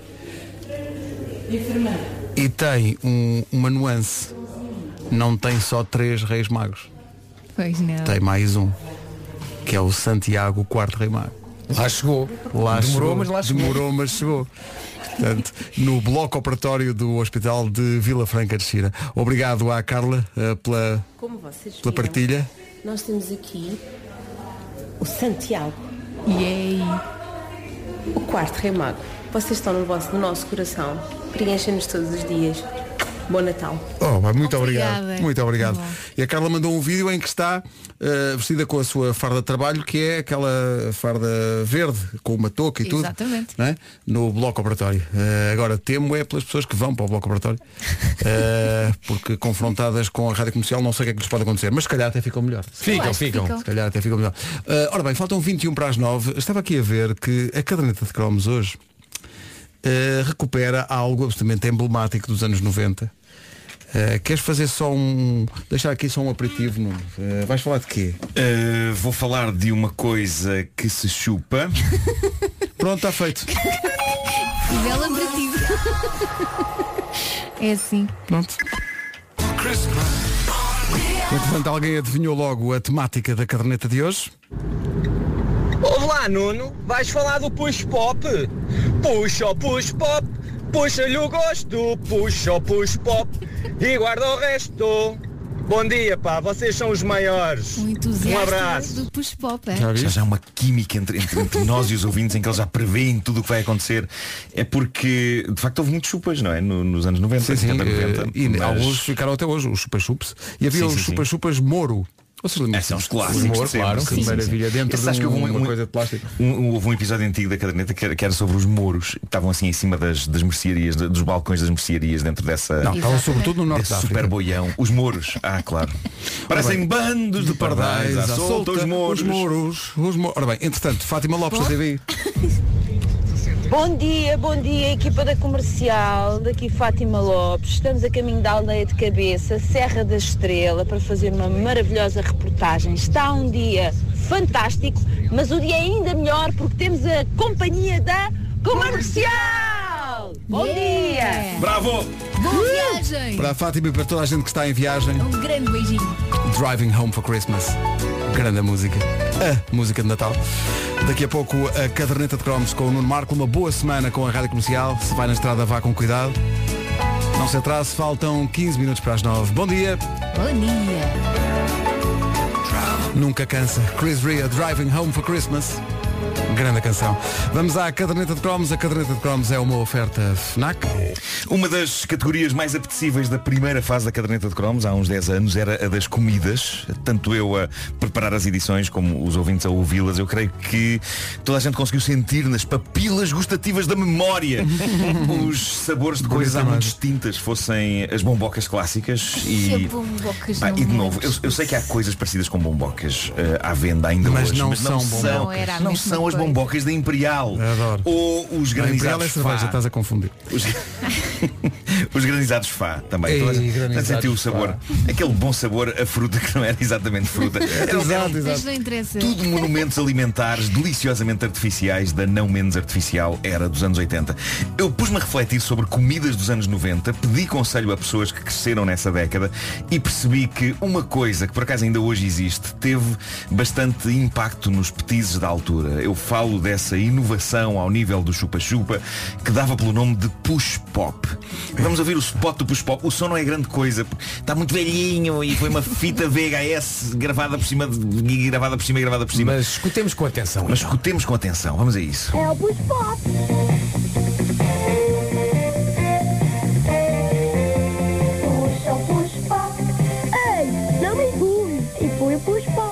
L: Enfermeira.
B: E tem um, uma nuance. Não tem só três reis magos.
D: Pois não.
B: Tem mais um, que é o Santiago, o quarto rei mago.
F: Lá chegou.
B: Lá
F: Demorou,
B: chegou,
F: mas lá chegou.
B: Demorou, mas chegou. Portanto, no bloco operatório do Hospital de Vila Franca de Xira. Obrigado à Carla uh, pela,
L: Como vocês
B: pela
L: viram,
B: partilha.
L: nós temos aqui o Santiago.
D: Yay.
L: O quarto rei mago. Vocês estão no, vosso, no nosso coração. Preenchem-nos todos os dias. Bom Natal.
B: Oh, muito
D: Obrigada.
B: obrigado. Muito obrigado.
D: Bom.
B: E a Carla mandou um vídeo em que está uh, vestida com a sua farda de trabalho, que é aquela farda verde, com uma touca e tudo.
D: Exatamente.
B: Não é? No bloco operatório. Uh, agora, temo é pelas pessoas que vão para o bloco operatório. Uh, porque confrontadas com a rádio comercial, não sei o que é que lhes pode acontecer. Mas se calhar até ficam melhor.
F: Ficam, ficam.
D: ficam.
B: Se calhar até ficam melhor. Uh, ora bem, faltam vinte e um para as nove. Estava aqui a ver que a caderneta de cromos hoje uh, recupera algo absolutamente emblemático dos anos noventa. Uh, queres fazer só um... deixar aqui só um aperitivo, Nuno? Uh, vais falar de quê?
K: Uh, vou falar de uma coisa que se chupa.
B: Pronto, está feito.
D: Bela aperitivo. É assim.
B: Pronto. Entretanto, alguém adivinhou logo a temática da caderneta de hoje?
J: Olá, Nuno. Vais falar do push pop? Puxa o push pop, puxa-lhe o gosto, puxa o push pop e guarda o resto. Bom dia, pá, vocês são os maiores.
D: Um entusiasta
J: Um abraço.
D: do push pop, é?
K: Já, já há uma química entre, entre, entre nós e os ouvintes em que eles já preveem tudo o que vai acontecer. É porque, de facto, houve muitos chupas, não é? No- nos anos noventa,
B: Sim, sim.
K: setenta, noventa.
B: uh, e
K: mas-
B: alguns ficaram até hoje, os chupa-chups. E havia
K: Sim,
B: os
K: sim, sim.
B: chupa-chupas Moro. É,
K: são os clássicos.
F: Humor,
K: de sempre.
F: claro.
B: Que maravilha. Dentro
K: Esse,
B: de
K: acho que
B: um-
K: houve
B: uma coisa de plástico.
K: Um, um- houve um episódio antigo da caderneta que era, que era sobre os mouros, que estavam assim em cima das, das mercearias, de- dos balcões das mercearias dentro dessa.
B: Não, estavam sobretudo no norte
K: desse
B: da África.
K: super boião. Os mouros. Ah, claro. Parecem bandos de pardais à solta, os mouros.
B: Os mouros. Os mouros. Ora bem, entretanto, Fátima Lopes da T V.
M: Bom dia, bom dia, equipa da Comercial, daqui Fátima Lopes. Estamos a caminho da Aldeia de Cabeça, Serra da Estrela, para fazer uma maravilhosa reportagem. Está um dia fantástico, mas o dia é ainda melhor porque temos a companhia da Comercial. Bom dia!
K: Bravo!
D: Boa viagem!
B: Para a Fátima e para toda a gente que está em viagem,
D: Um grande beijinho.
B: Driving Home for Christmas. Grande música. A música de Natal. Daqui a pouco a caderneta de cromos com o Nuno Marco. Uma boa semana com a Rádio Comercial. Se vai na estrada, vá com cuidado. Não se atrase, faltam quinze minutos para as nove. Bom dia.
D: Bom dia.
B: Nunca cansa. Chris Rea, Driving Home for Christmas. Grande canção. Vamos à caderneta de cromos. A caderneta de cromos é uma oferta FNAC.
K: Uma das categorias mais apetecíveis da primeira fase da caderneta de cromos, há uns dez anos, era a das comidas. Tanto eu a preparar as edições como os ouvintes a ouvi-las, eu creio que toda a gente conseguiu sentir nas papilas gustativas da memória os sabores de coisas há muito distintas, fossem as bombocas clássicas
D: Ai,
K: e...
D: a bombocas
K: Pá,
D: não
K: e de
D: me
K: novo, eu, eu sei que há coisas parecidas com bombocas uh, à venda ainda
B: Mas
K: hoje,
B: não
K: mas não
B: são
K: são,
B: bombocas.
D: Não era a
K: não
D: mesma
K: são as
D: coisa.
K: bombocas da Imperial.
B: Adoro.
K: Ou os
B: Não, Imperial é
K: granizados
B: cerveja,
K: Fá.
B: estás a confundir.
K: Os, os granizados Fá também.
B: Ei,
K: Toda a gente- toda a gente
B: granizados
K: sentiu o sabor.
B: Fá.
K: Aquele bom sabor a fruta que não era exatamente fruta. Eram,
B: Exato,
K: eram
D: Mas não interessa.
K: tudo monumentos alimentares deliciosamente artificiais da não menos artificial era dos anos oitenta. Eu pus-me a refletir sobre comidas dos anos noventa, pedi conselho a pessoas que cresceram nessa década e percebi que uma coisa que por acaso ainda hoje existe teve bastante impacto nos petizes da altura. Eu falo dessa inovação ao nível do chupa-chupa que dava pelo nome de push pop. Vamos ouvir o spot do push pop. O som não é grande coisa, está muito velhinho e foi uma fita V H S gravada por cima de, gravada por cima e gravada por cima.
F: Mas escutemos com atenção.
K: Mas escutemos com atenção, vamos a isso.
A: É o Push Pop. Puxa o Push Pop. Ei, não me empurre. E foi o Push Pop.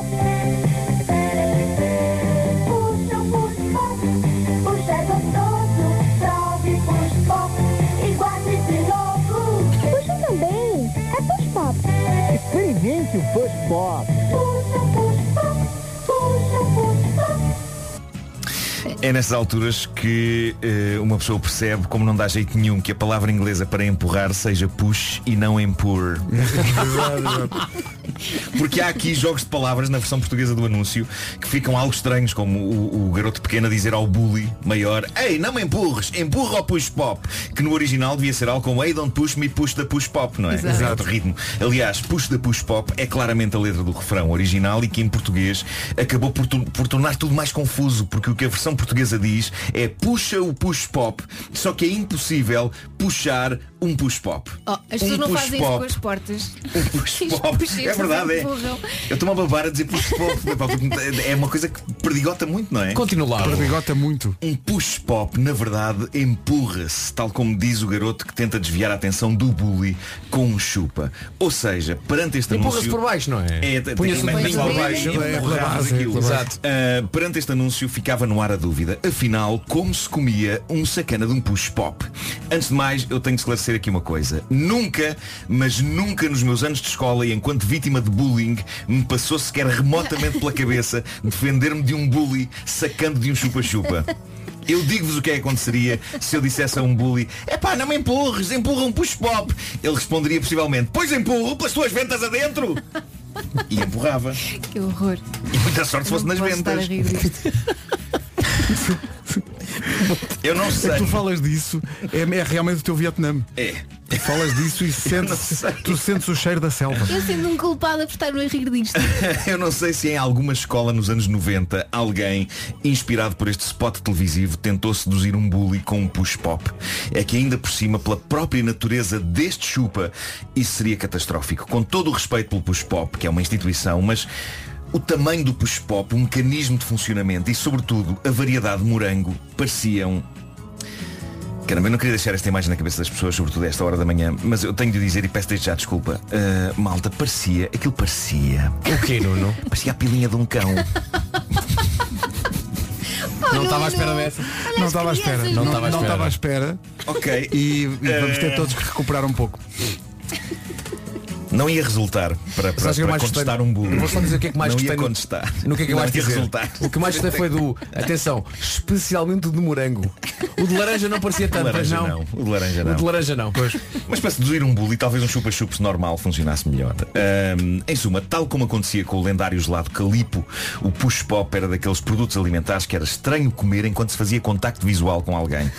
A: Puxa o Push Pop. Puxa é gostoso. Prove Push Pop. E guarde de novo. Puxa também. É Push Pop.
N: Experimente o Push Pop.
A: Puxa o Push Pop. Puxa o Push Pop.
K: É nessas alturas que eh, uma pessoa percebe como não dá jeito nenhum que a palavra inglesa para empurrar seja push e não empurre. Porque há aqui jogos de palavras na versão portuguesa do anúncio que ficam algo estranhos, como o, o garoto pequeno a dizer ao bully maior: ei, não me empurres, empurra ao push pop, que no original devia ser algo como: ei, don't push me, push the push pop, não é?
D: Exato.
K: É outro ritmo. Aliás, push the push pop é claramente a letra do refrão original e que em português acabou por, tu- por tornar tudo mais confuso, porque o que a versão portuguesa diz é: puxa o push pop, só que é impossível puxar um push pop.
D: Oh, as pessoas
K: Um
D: não
K: push
D: fazem isso
K: pop.
D: com as portas.
K: Um push
D: Os
K: pop.
D: puxetes
K: É verdade, é.
D: empurram.
K: Eu estou-me a babar a dizer push pop. Epá, porque é uma coisa que perdigota muito, não é?
F: Continua lá.
B: Perdigota muito.
K: Um push pop, na verdade, empurra-se, tal como diz o garoto que tenta desviar a atenção do bully com um chupa. Ou seja, perante este
F: Empurra-se
K: anúncio...
F: por baixo, não é?
K: É,
F: Punha-se
K: tem-
F: por
K: tem-
F: baixo.
K: por baixo,
B: É, pela
K: empurrava
B: base,
K: aquilo.
B: pela base.
K: Exato. Ah, perante este anúncio ficava no ar a dúvida. Afinal, como se comia um sacana de um push pop? Antes de mais, eu tenho que esclarecer aqui uma coisa. Nunca, mas nunca nos meus anos de escola e enquanto vítima de bullying, me passou sequer remotamente pela cabeça defender-me de um bully sacando de um chupa-chupa. Eu digo-vos o que é que aconteceria se eu dissesse a um bully: epá, não me empurres, empurra um push pop. Ele responderia possivelmente: pois empurro, pelas tuas ventas adentro. E empurrava.
D: Que horror.
K: E muita sorte se fosse
D: Não
K: nas
D: posso estar a
K: ventas.
D: rir disto.
K: Eu não
B: É
K: sei.
B: que tu falas disso, é, é realmente o teu Vietnã.
K: É.
B: Tu falas disso e sentes, tu sentes o cheiro da selva.
D: Eu sendo-me culpada por estar a rir disto.
K: Eu não sei se em alguma escola nos anos noventa alguém, inspirado por este spot televisivo, tentou seduzir um bully com um push pop. É que ainda por cima, pela própria natureza deste chupa, isso seria catastrófico. Com todo o respeito pelo push pop, que é uma instituição, mas o tamanho do push pop, o mecanismo de funcionamento e sobretudo a variedade de morango pareciam Caramba, eu não queria deixar esta imagem na cabeça das pessoas, sobretudo a esta hora da manhã, mas eu tenho de dizer e peço desde já desculpa. Uh, malta, parecia, aquilo parecia.
F: O quê, Nuno?
K: Parecia a pilinha de um cão.
F: Não estava à espera dessa.
B: Não estava à espera. Não estava à espera. Não estava à espera.
K: Ok.
B: E, e vamos ter todos que recuperar um pouco.
K: Não ia resultar para, para, para
F: mais
K: contestar
F: gostei,
K: um bullying.
F: Vou só dizer o que é que mais
K: não
F: gostei
K: ia contestar.
F: No que é que eu
K: não
F: mais
K: ia
F: dizer.
K: resultar.
F: O que mais gostei foi do, atenção, especialmente o de morango. O de laranja não parecia tanto, mas não.
K: não. O de laranja não.
F: O de laranja não. Pois.
K: Mas para seduzir um bully, talvez um chupa-chups normal funcionasse melhor. Um, em suma, tal como acontecia com o lendário gelado Calipo, o push pop era daqueles produtos alimentares que era estranho comer enquanto se fazia contacto visual com alguém.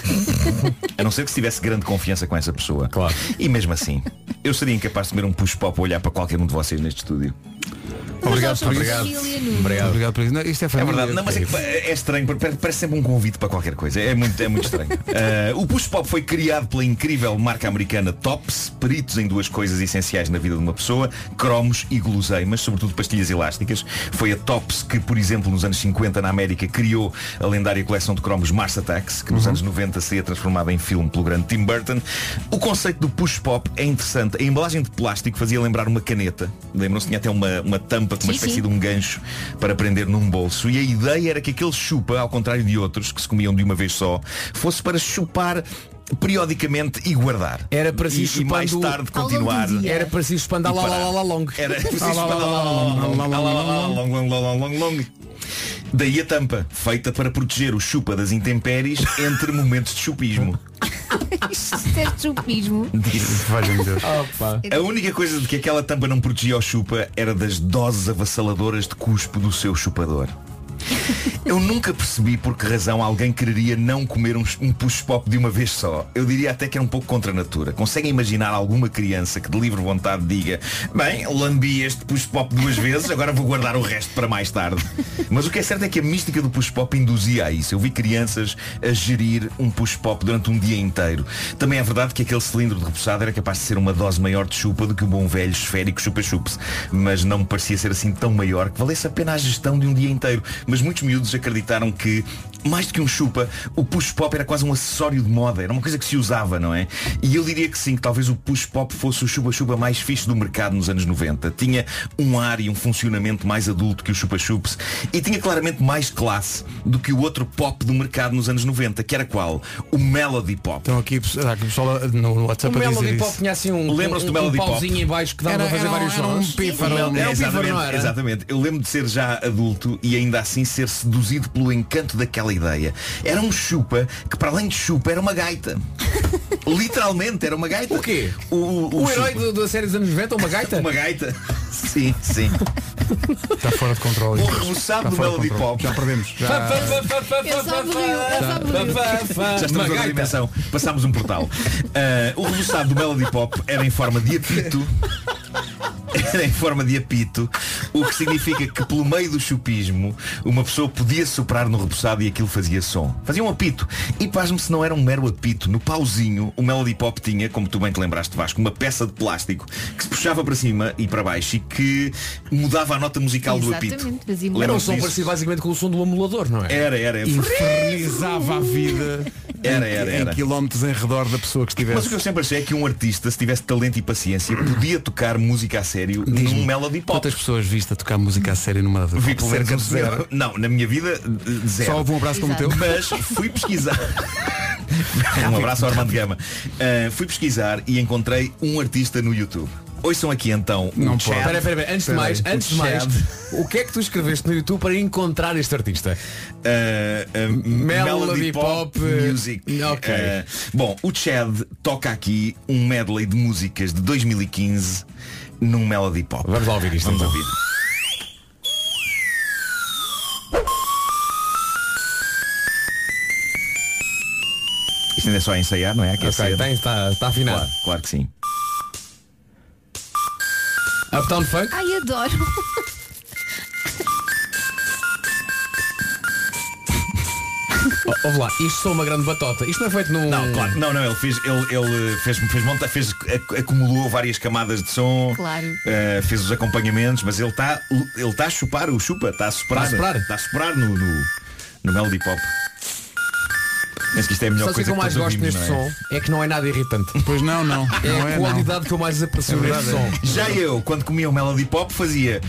K: A não ser que se tivesse grande confiança com essa pessoa.
F: Claro.
K: E mesmo assim, eu seria incapaz de comer um push pop ou olhar para qualquer um de vocês neste estúdio.
B: Obrigado por isso.
K: Obrigado.
B: Obrigado. Obrigado por isso. Não, isto é
K: É
B: família.
K: verdade, não, mas é, que é estranho, parece sempre um convite para qualquer coisa. É muito, é muito estranho. Uh, o Push Pop foi criado pela incrível marca americana Tops, peritos em duas coisas essenciais na vida de uma pessoa, cromos e guloseimas, sobretudo pastilhas elásticas. Foi a Tops que, por exemplo, nos anos cinquenta na América criou a lendária coleção de cromos Mars Attacks, que nos
B: Uhum.
K: anos noventa seria transformada em filme pelo grande Tim Burton. O conceito do Push Pop é interessante. A embalagem de plástico fazia lembrar uma caneta. Lembram-se, tinha até uma, uma tampa com uma
B: Sim,
K: espécie
B: sim.
K: de um gancho para prender num bolso. E a ideia era que aquele chupa, ao contrário de outros que se comiam de uma vez só, fosse para chupar periodicamente e guardar.
F: Era para se
K: e,
F: ir
K: e mais
F: chupando
K: tarde continuar.
F: Era para se expandar
K: E
F: lá, lá,
K: parar.
F: lá, lá, long.
K: Era para se expandar lá, lá, lá, long, lá, lá, lá, long, long, long, long, long. Daí a tampa, feita para proteger o chupa das intempéries entre momentos de chupismo.
D: Isto é chupismo.
B: Valha-me Deus.
K: A única coisa de que aquela tampa não protegia o chupa era das doses avassaladoras de cuspo do seu chupador. Eu nunca percebi por que razão alguém quereria não comer um, um push pop de uma vez só. Eu diria até que é um pouco contra a natura. Conseguem imaginar alguma criança que de livre vontade diga: bem, lambi este push pop duas vezes, agora vou guardar o resto para mais tarde. Mas o que é certo é que a mística do push pop induzia a isso. Eu vi crianças a gerir um push pop durante um dia inteiro. Também é verdade que aquele cilindro de repousado era capaz de ser uma dose maior de chupa do que o bom velho esférico chupa-chups. Mas não me parecia ser assim tão maior que valesse a pena a gestão de um dia inteiro. Mas muitos miúdos acreditaram que, mais do que um chupa, o push pop era quase um acessório de moda. Era uma coisa que se usava, não é? E eu diria que sim, que talvez o push pop fosse o chupa-chupa mais fixe do mercado nos anos noventa. Tinha um ar e um funcionamento mais adulto que o chupa-chups e tinha claramente mais classe do que o outro pop do mercado nos anos noventa, que era qual? O Melody Pop.
B: Então aqui, aqui o pessoal no WhatsApp
F: O
B: a dizer
F: Melody
B: isso.
F: Pop tinha assim um,
K: Lembram-se
F: um,
K: do Melody
F: um
K: Pop?
F: pauzinho em baixo que dava
B: Era-
F: para fazer
B: era um-
F: vários
B: era um
F: sons.
B: pífaro.
F: Era um
K: É,
F: pífaro,
K: exatamente,
F: não era?
K: exatamente. Eu lembro de ser já adulto e ainda assim ser seduzido pelo encanto daquela ideia. Era um chupa que, para além de chupa, era uma gaita. Literalmente era uma gaita.
F: O quê?
K: O, o,
F: O herói
K: chupa.
F: do- da série dos anos noventa, uma gaita?
K: Uma gaita. Sim, sim.
B: Está fora de controle.
K: O
B: isto.
K: rebuçado
B: Está
K: do
B: fora de
K: Melody
B: controle.
K: Pop.
B: Já perdemos. Já...
D: Eu só me rio, eu só me rio.
K: Já estamos
F: Uma
K: noutra
F: gaita.
K: dimensão. Passámos um portal. Ah, o rebuçado do Melody Pop era em forma de apito. Era em forma de apito, o que significa que pelo meio do chupismo uma pessoa podia soprar no rebuçado e aquilo fazia som. Fazia um apito. E pasme se não era um mero apito. No pauzinho, o Melody Pop tinha, como tu bem te lembraste, Vasco, uma peça de plástico que se puxava para cima e para baixo e que mudava a nota musical do apito.
D: Exatamente, fazia
F: Era um
K: Lembram-se
F: som
K: disso?
F: parecido basicamente com o som do amulador, não é?
K: Era, era.
B: Infernizava a vida
K: Era, era,
B: em
K: era.
B: quilómetros em redor da pessoa que
K: Mas o que
B: estivesse.
K: eu sempre achei é que um artista, se tivesse talento e paciência, podia tocar música a sério num Melody Pop.
B: Quantas pessoas viste a tocar música a sério numa das
K: Vi pelo menos
B: Cerca
K: um
B: de zero.
K: Não, na minha vida, de- zero.
B: Só houve um abraço como o teu?
K: Mas fui pesquisar. Um abraço ao Armando Gama. Uh, fui pesquisar e encontrei um artista no YouTube. Ouçam aqui então
B: Não
K: o
B: pode.
K: Chad.
F: Espera, espera, espera. Antes de
B: Espera
F: mais,
B: aí.
F: antes de
K: O
F: mais,
K: Chad.
F: o que é que tu escreveste no YouTube para encontrar este artista?
K: Uh, uh,
F: Melody Pop, uh,
K: Music.
F: ok.
K: Uh, bom, o Chad toca aqui um medley de músicas de dois mil e quinze num Melody Pop.
F: Vamos lá ouvir isto,
K: Vamos
F: então.
K: ouvir. Isto ainda é só a ensaiar, não é?
F: Ok,
K: Aquecer.
F: tem, está, está afinado.
K: Claro, claro que sim.
F: Uptown Funk?
D: Ai, adoro.
F: Oh, ouve lá, isto sou uma grande batota. Isto não é feito num...
K: Não, claro, não, não, ele fez, ele, ele fez, fez monta, fez, ac- acumulou várias camadas de som,
D: Claro.
K: eh, fez os acompanhamentos, mas ele está ele tá a chupar o chupa, está a soprar,
F: Está a soprar?
K: está a soprar no, no, no Melody Pop. Penso que isto é a melhor
F: Sabe o que
K: coisa
F: eu mais
K: que
F: gosto
K: ouvimos,
F: neste
K: não é?
F: som? É que não é nada irritante.
B: Pois não, não.
F: É
B: não
F: a
B: é,
F: qualidade
B: não.
F: que eu mais aprecio
B: É
F: neste
B: verdade,
F: som.
K: Já eu, quando comia o Melody Pop, fazia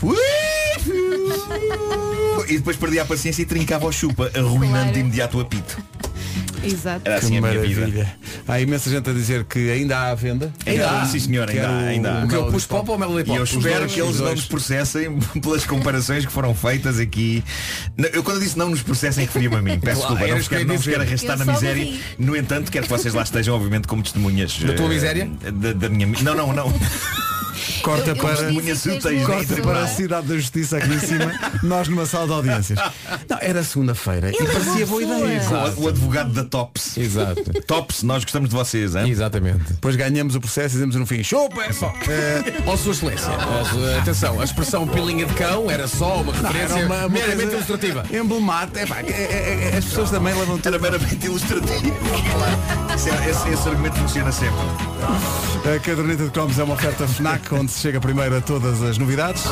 K: e depois perdia a paciência e trincava o chupa, arruinando
D: Claro.
K: de imediato o apito.
D: Exato.
K: Era assim
B: Que
K: a minha
B: maravilha.
K: vida.
B: Há imensa gente a dizer que ainda há à venda.
K: Ainda há,
B: Quero-
K: sim senhor, ainda
B: quero
K: há, ainda há.
B: o
F: O que eu
B: Melody
F: pus pop ou Melody
K: E
F: Pop?
K: eu
F: Os
K: espero
F: dois,
K: que eles
F: os
K: não
F: dois.
K: nos processem pelas comparações que foram feitas aqui. Não, eu quando eu disse não nos processem referia-me a mim. Peço
F: Claro,
K: desculpa,
F: era
K: não
F: isso
K: vos
F: que eu
K: quero,
F: ia
K: não vos
F: dizer.
K: quero arrastar
D: Eu
K: na
D: só
K: miséria.
D: ri.
K: No entanto, quero que vocês lá estejam, obviamente, como testemunhas.
F: Da tua
K: eh,
F: miséria?
K: Da, da minha. Não, não, não.
B: Corta
D: Eu- eu
B: para,
D: disse que és
K: Corta
D: uma
B: corta
D: pessoa-
B: para a Cidade da Justiça aqui em cima, nós numa sala de audiências. Não, era segunda-feira e
D: Ele é
B: parecia
D: boa
B: boa ideia.
D: pessoa.
K: O, o advogado da Tops.
F: Exato.
K: Tops, nós gostamos de vocês, hein?
F: Exatamente.
B: Depois ganhamos o processo e dizemos no fim, chupa, é só.
F: Ó Sua Excelência, a- atenção, a expressão pilinha de cão era só uma referência
B: Era uma- uma
F: meramente
B: coisa
F: ilustrativa.
B: Emblemática. É, pá, é, é, é, as pessoas também levam tudo.
K: Era meramente ilustrativo. Esse, esse, esse argumento funciona sempre.
B: A caderneta de cromos é uma oferta FNAC, onde se chega primeiro a todas as novidades.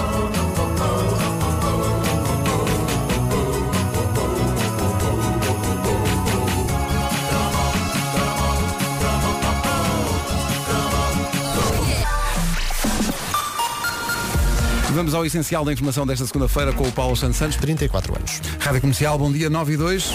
B: Vamos ao essencial da informação desta segunda-feira com o Paulo Santos Santos.
O: trinta e quatro anos.
B: Rádio Comercial, bom dia, nove e dois.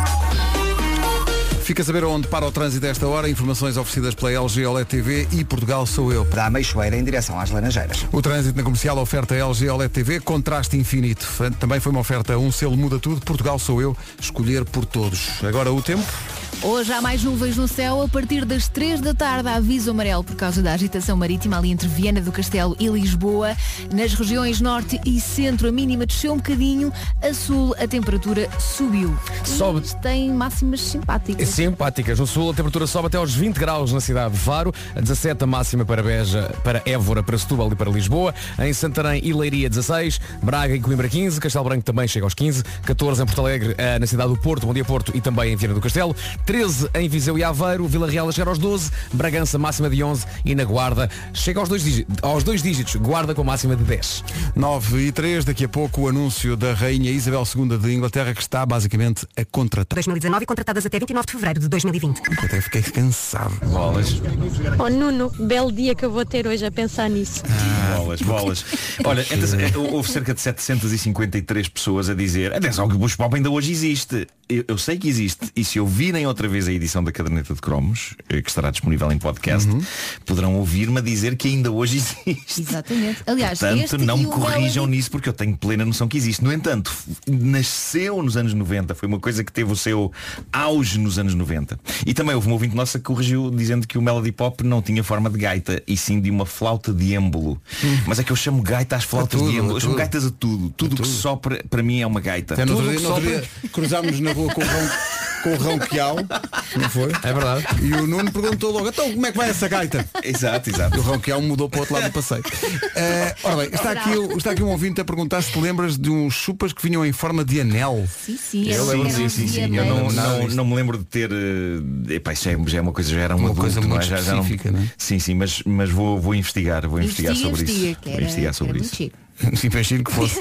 B: Fica a saber onde para o trânsito a esta hora. Informações oferecidas pela L G O L E D T V e Portugal Sou Eu.
C: Da Meixoeira em direção às Laranjeiras.
B: O trânsito na comercial oferta L G O L E D T V, contraste infinito. Também foi uma oferta Um Selo Muda Tudo, Portugal Sou Eu, escolher por todos. Agora o tempo.
D: Hoje há mais nuvens no céu. A partir das três da tarde há aviso amarelo por causa da agitação marítima ali entre Viana do Castelo e Lisboa. Nas regiões norte e centro a mínima desceu um bocadinho. A sul a temperatura subiu.
F: Sobe.
D: E tem máximas simpáticas.
F: Simpáticas. No sul a temperatura sobe até aos vinte graus na cidade de Faro, a dezassete a máxima para Beja, para Évora, para Setúbal e para Lisboa, em Santarém e Leiria dezasseis, Braga e Coimbra quinze, Castelo Branco também chega aos quinze, catorze em Porto Alegre, eh, na cidade do Porto, Bom Dia Porto e também em Viana do Castelo, treze em Viseu e Aveiro, Vila Real a chegar aos doze, Bragança máxima de onze e na Guarda chega aos dois dígitos, aos dois dígitos Guarda com máxima de dez.
B: nove e três, daqui a pouco o anúncio da Rainha Isabel segunda de Inglaterra, que está basicamente a contratar.
P: dois mil e dezanove e contratadas até vinte e nove de fevereiro de dois mil e vinte.
B: Até fiquei cansado.
K: Bolas.
Q: Oh Nuno, belo dia que eu vou ter hoje a pensar nisso.
K: Bolas, bolas. Olha, entre- houve cerca de setecentas e cinquenta e três pessoas a dizer: atenção que o Bush Pop ainda hoje existe. Eu, eu sei que existe. E se ouvirem outra vez a edição da Caderneta de Cromos, eh, que estará disponível em podcast, poderão ouvir-me a dizer que ainda hoje existe.
D: Exatamente. Aliás,
K: Portanto,
D: este
K: não
D: e
K: me
D: o
K: corrijam
D: Melody-
K: nisso porque eu tenho plena noção que existe. No entanto, f- nasceu nos anos noventa, foi uma coisa que teve o seu auge nos anos noventa. E também houve um ouvinte nossa que corrigiu dizendo que o Melody Pop não tinha forma de gaita e sim de uma flauta de êmbolo. Mas é que eu chamo gaita às flautas
B: tudo,
K: de êmbolo.
B: a
K: Eu chamo
B: tudo.
K: gaitas a tudo. Tudo que sopra para mim é uma gaita.
B: Até no outro
K: Tudo
B: dia,
K: que
B: no outro
K: sopra-
B: dia cruzámos na rua com o Rão, com o Rão Quiau, não foi?
F: É verdade.
B: E o Nuno perguntou logo, então como é que vai essa gaita?
K: Exato, exato.
B: E o Rão Quiau mudou para o outro lado do passeio. Eh, ora bem, está aqui, o- está aqui um ouvinte a perguntar se te lembras de uns chupas que vinham em forma de anel.
D: Sim, sim.
K: Eu
D: eram-
K: lembro
D: eram
K: sim, sim, sim. Eu
D: diamantes.
K: não, não, não me lembro de ter. eh, Epá, isso já, é, já é uma coisa, já era um
B: Uma
K: adulto,
B: coisa
K: não é?
B: muito
K: Já- já não-
B: específica, não é?
K: Sim, sim, mas, mas vou, vou investigar, vou investigar
D: Investiga,
K: sobre
D: investiga,
K: isso.
D: que
K: Vou
D: era-
K: investigar
D: que
K: sobre
D: era
K: isso.
D: muito chique.
B: Imagino que fosse.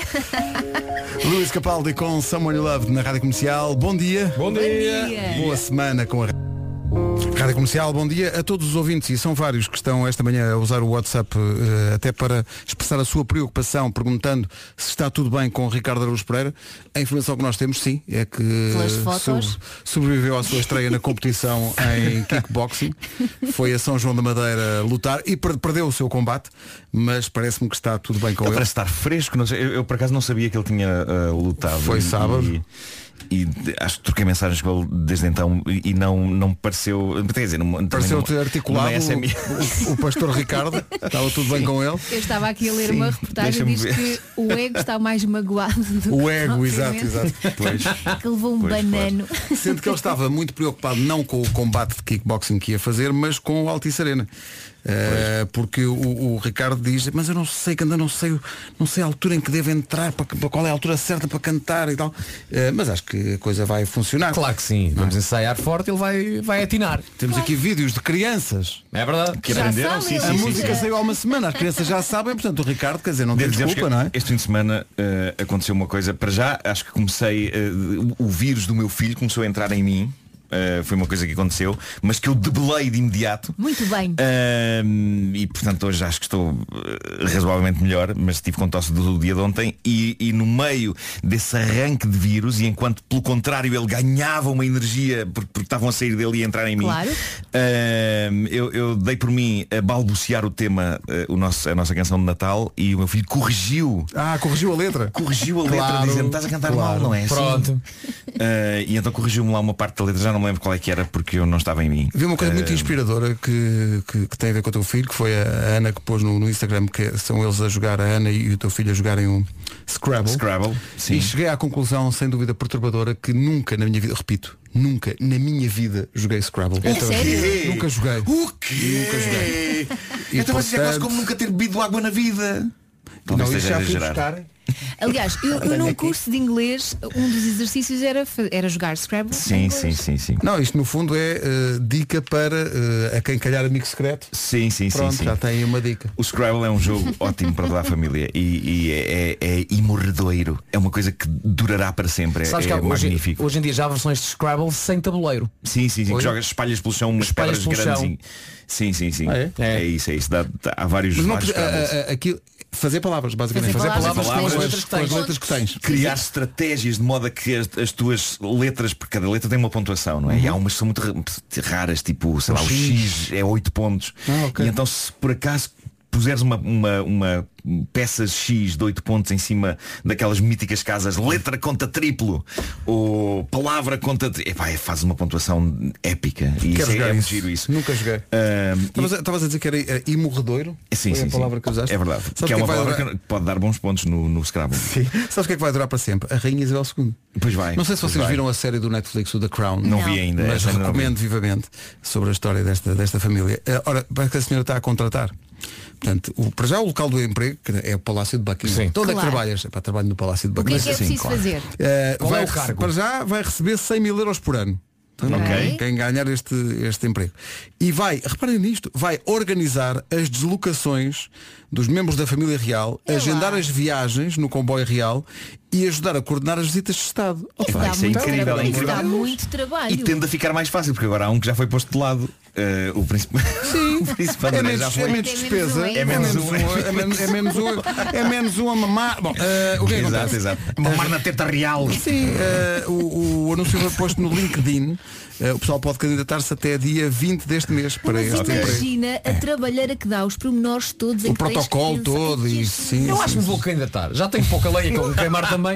B: Luís Capaldi com Someone You Loved na Rádio Comercial. Bom dia.
F: Bom dia.
D: dia.
B: Boa semana com a Rádio Comercial, bom dia a todos os ouvintes, e são vários que estão esta manhã a usar o WhatsApp eh, até para expressar a sua preocupação, perguntando se está tudo bem com o Ricardo Araújo Pereira. A informação que nós temos, sim, é que
D: Pelas fotos.
B: sub- sobreviveu à sua estreia na competição em kickboxing. Foi a São João da Madeira lutar e per- perdeu o seu combate, mas parece-me que está tudo bem com
K: Ele
B: ele.
K: parece estar fresco, não sei, eu, eu por acaso não sabia que ele tinha eh, lutado.
B: Foi
K: E-
B: sábado.
K: E, e de- acho que troquei mensagens com ele desde então e, e não, não me pareceu. Quer dizer, não, também
B: Pareceu-te
K: não-
B: articulado
K: não é essa a minha-
B: o, o- o pastor Ricardo, estava tudo bem com ele.
D: Eu estava aqui a ler
K: Sim,
D: uma reportagem,
K: deixa-me
D: diz
K: ver.
D: que o ego está mais magoado do que
B: O ego, exato,
D: propriamente
B: exato. Pois.
D: que levou um
B: Pois,
D: banano.
B: Sendo que ele estava muito preocupado não com o combate de kickboxing que ia fazer, mas com o Altice Arena. Uh, porque o, o Ricardo diz, mas eu não sei, que ainda não sei, não sei a altura em que devo entrar, para, para qual é a altura certa para cantar e tal. Uh, mas acho que a coisa vai funcionar.
F: Claro que sim. Vamos ensaiar forte, ele vai, vai atinar.
B: Temos aqui vídeos de crianças.
F: É verdade.
K: Que aprenderam, sim,
B: A
K: sim, sim,
B: música
K: sim.
B: saiu há uma semana, as crianças já sabem, portanto o Ricardo, quer dizer, não tem
K: Devo dizer-vos
B: desculpa,
K: que
B: não é?
K: Este fim de semana eh, aconteceu uma coisa. Para já, acho que comecei, eh, o vírus do meu filho começou a entrar em mim. uh, foi uma coisa que aconteceu, mas que eu debelei de imediato.
D: Muito bem.
K: Uh, e portanto hoje acho que estou razoavelmente melhor, mas estive com tosse do dia de ontem e, e no meio desse arranque de vírus, e enquanto pelo contrário ele ganhava uma energia porque, porque estavam a sair dele e a entrar em mim,
D: claro.
K: uh, eu, eu dei por mim a balbuciar o tema, uh, o nosso, a nossa canção de Natal, e o meu filho corrigiu.
B: Ah, corrigiu a letra.
K: Corrigiu a
B: Claro,
K: letra dizendo, estás a cantar
B: claro.
K: mal, não é?
F: Pronto.
K: Assim? Uh, e então corrigiu-me lá uma parte da letra, já não me lembro qual é que era porque eu não estava em mim.
B: Vi uma coisa
K: Uh,
B: muito inspiradora que, que, que tem a ver com o teu filho, que foi a Ana que pôs no, no Instagram, que são eles a jogar, a Ana e o teu filho a jogarem um Scrabble.
K: Scrabble, sim.
B: E cheguei à conclusão, sem dúvida perturbadora, que nunca na minha vida, repito, nunca na minha vida joguei Scrabble.
D: É sério?
B: Nunca joguei.
K: O quê?
B: Nunca joguei. E,
K: então você é quase
B: portanto,
K: como nunca ter bebido água na vida. Talvez
B: não, isso
K: esteja a
B: já fui
K: exagerar.
B: buscar.
D: Aliás, eu, eu num curso de inglês, um dos exercícios era, fa- era jogar Scrabble.
K: Sim, sim, sim, sim.
B: Não, isto no fundo é uh, dica para uh, a quem calhar amigo secreto.
K: Sim, sim,
B: Pronto,
K: sim, sim.
B: já tem uma dica.
K: O Scrabble é um jogo ótimo para toda a família e, e é, é, é imorredoiro. É uma coisa que durará para sempre. É,
F: Sabes que
K: é
F: há- hoje,
K: magnífico.
F: hoje em dia já há versões de Scrabble sem tabuleiro.
K: Sim, sim, sim.
F: Oi?
K: Que jogas, espalhas pelo chão umas
F: Espalhas
K: pedras
F: pelo
K: grandes.
F: chão.
K: e- Sim, sim, sim.
B: Ah, é?
K: é? isso, é isso. Dá, dá- há vários,
B: Mas não,
K: vários
B: a-
K: Scrabbles.
B: a- a- aquilo, fazer palavras, basicamente.
D: Fazer
B: Fazer
D: palavras
B: palavras,
D: com
B: com,
D: as
B: as,
D: letras que
B: com as
D: tens.
B: letras que tens.
K: Criar estratégias de modo a que as, as tuas letras, porque cada letra tem uma pontuação, não é? E há umas que são muito ra- raras, tipo, sei lá, o X é oito pontos.
B: Ah, ok.
K: E então se por acaso puseres uma, uma, uma peça X de oito pontos em cima daquelas míticas casas, letra conta triplo, ou palavra conta tri... Epá, é, faz uma pontuação épica. E
B: Quero
K: isso é,
B: jogar
K: é muito
B: isso.
K: giro isso.
B: Nunca joguei.
K: Ahm,
B: Estavas a- Estavas a dizer que era, era imorredoiro?
K: Sim,
B: Foi
K: sim,
B: a palavra
K: sim.
B: que usaste?
K: É verdade.
B: Sabes
K: que é
B: que
K: uma
B: vai
K: palavra
B: durar-
K: que pode dar bons pontos no, no Scrabble.
B: Sim. Sabes o que é que vai durar para sempre? A Rainha Isabel segunda.
K: Pois vai.
B: Não sei se
K: pois
B: vocês
K: vai.
B: viram a série do Netflix, o The Crown.
K: Não vi ainda,
B: Mas
K: essa ainda não vi.
B: recomendo vivamente sobre a história desta, desta família. Eh, Ora, parece que a senhora está a contratar. Portanto, o, para já o local do emprego que é o Palácio de Buckingham.
F: Sim.
B: Onde é que
D: Claro.
B: trabalhas? Epá, trabalho no Palácio de
D: O que é
B: Buckingham.
D: que é
B: Sim,
D: preciso
B: claro.
D: fazer?
B: Eh,
F: Qual
B: vai
F: é o
B: rece-
F: cargo?
B: Para já vai receber cem mil euros por ano.
K: Ok.
B: Quem ganhar este, este emprego. E vai, reparem nisto, vai organizar as deslocações dos membros da família real,
D: É
B: agendar
D: lá.
B: as viagens no comboio real e ajudar a coordenar as visitas de Estado.
D: Isso
K: Vai
D: dá
K: ser
D: muito
K: incrível,
D: trabalho.
K: é
D: Isso dá
K: incrível.
D: muito trabalho.
K: E tende a ficar mais fácil, porque agora há um que já foi posto de lado. Eh, o príncipe, o príncipe
B: É
K: André
B: menos,
K: já
B: é
K: foi.
B: menos
D: É menos
B: despesa.
D: um,
K: é menos um.
B: É menos, é menos um. É menos um a mamar. Bom, eh, o que é que
K: Exato,
B: acontece?
K: exato. Mamar na teta real.
B: Sim, eh, o, o anúncio foi posto no LinkedIn. Eh, o pessoal pode candidatar-se até dia vinte deste mês para
D: Mas
B: este emprego.
D: imagina a trabalheira que dá, os pormenores todos em
B: O
D: que tens que
B: protocolo
D: pensar.
B: todo e sim.
F: Eu
B: sim,
F: acho que me
B: sim.
F: vou candidatar. Já tenho pouca lenha com queimar também.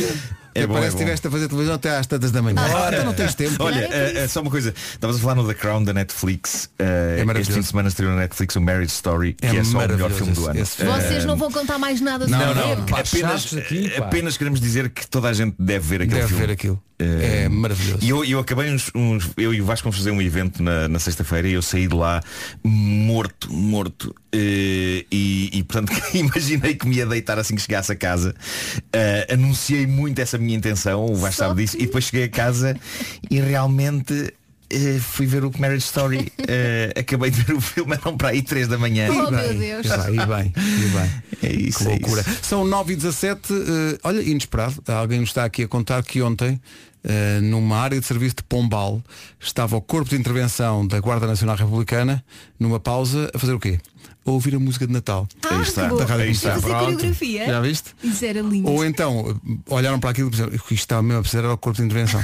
K: É bom,
B: Parece
K: é
B: que
K: bom.
B: estiveste a fazer televisão até às tantas da manhã. Ah, então não tens tempo.
K: Olha,
D: Claro, é por
K: eh, eh, só uma coisa. Estavas a falar no The Crown da Netflix. Eh,
B: É maravilhoso.
K: este fim de semana estreou na Netflix o Marriage Story, que
B: É
K: é, só o melhor
B: maravilhoso
K: filme do
B: esse-
K: ano.
B: esse
K: Eh,
D: Vocês não vão contar mais nada
B: Não,
D: sobre
B: não,
D: ele.
B: não.
F: Pá,
K: apenas,
F: chatos aqui, pá.
K: apenas queremos dizer que toda a gente deve ver aquele
B: Deve
K: filme.
B: ver aquilo.
K: Eh,
B: É maravilhoso.
K: E eu, eu acabei uns, uns- eu e o Vasco vamos fazer um evento na, na sexta-feira e eu saí de lá morto, morto. Eh, e, e portanto imaginei que me ia deitar assim que chegasse a casa. Eh, anunciei muito essa minha intenção, o Vasco
D: Só
K: sabe disso,
D: que-
K: e depois cheguei a casa e realmente eh, fui ver o Marriage Story. Eh, acabei de ver o filme, eram para aí três da manhã.
D: Oh, meu
B: Bem,
D: Deus.
B: E bem, e bem, e bem.
K: É isso,
B: Que
K: é
B: loucura.
K: isso.
B: São nove e dezassete, eh, olha, inesperado. Alguém nos está aqui a contar que ontem, eh, numa área de serviço de Pombal, estava o Corpo de Intervenção da Guarda Nacional Republicana, numa pausa, a fazer o quê? A ouvir a música de Natal.
D: Ah,
K: Aí está,
D: que bom.
B: Da Rádio
K: aí está.
D: A fazer
B: Pronto.
D: coreografia.
B: Já viste?
D: Isso era lindo.
B: Ou então, olharam para aquilo e pensaram, isto está mesmo a precisar ao Corpo de Intervenção.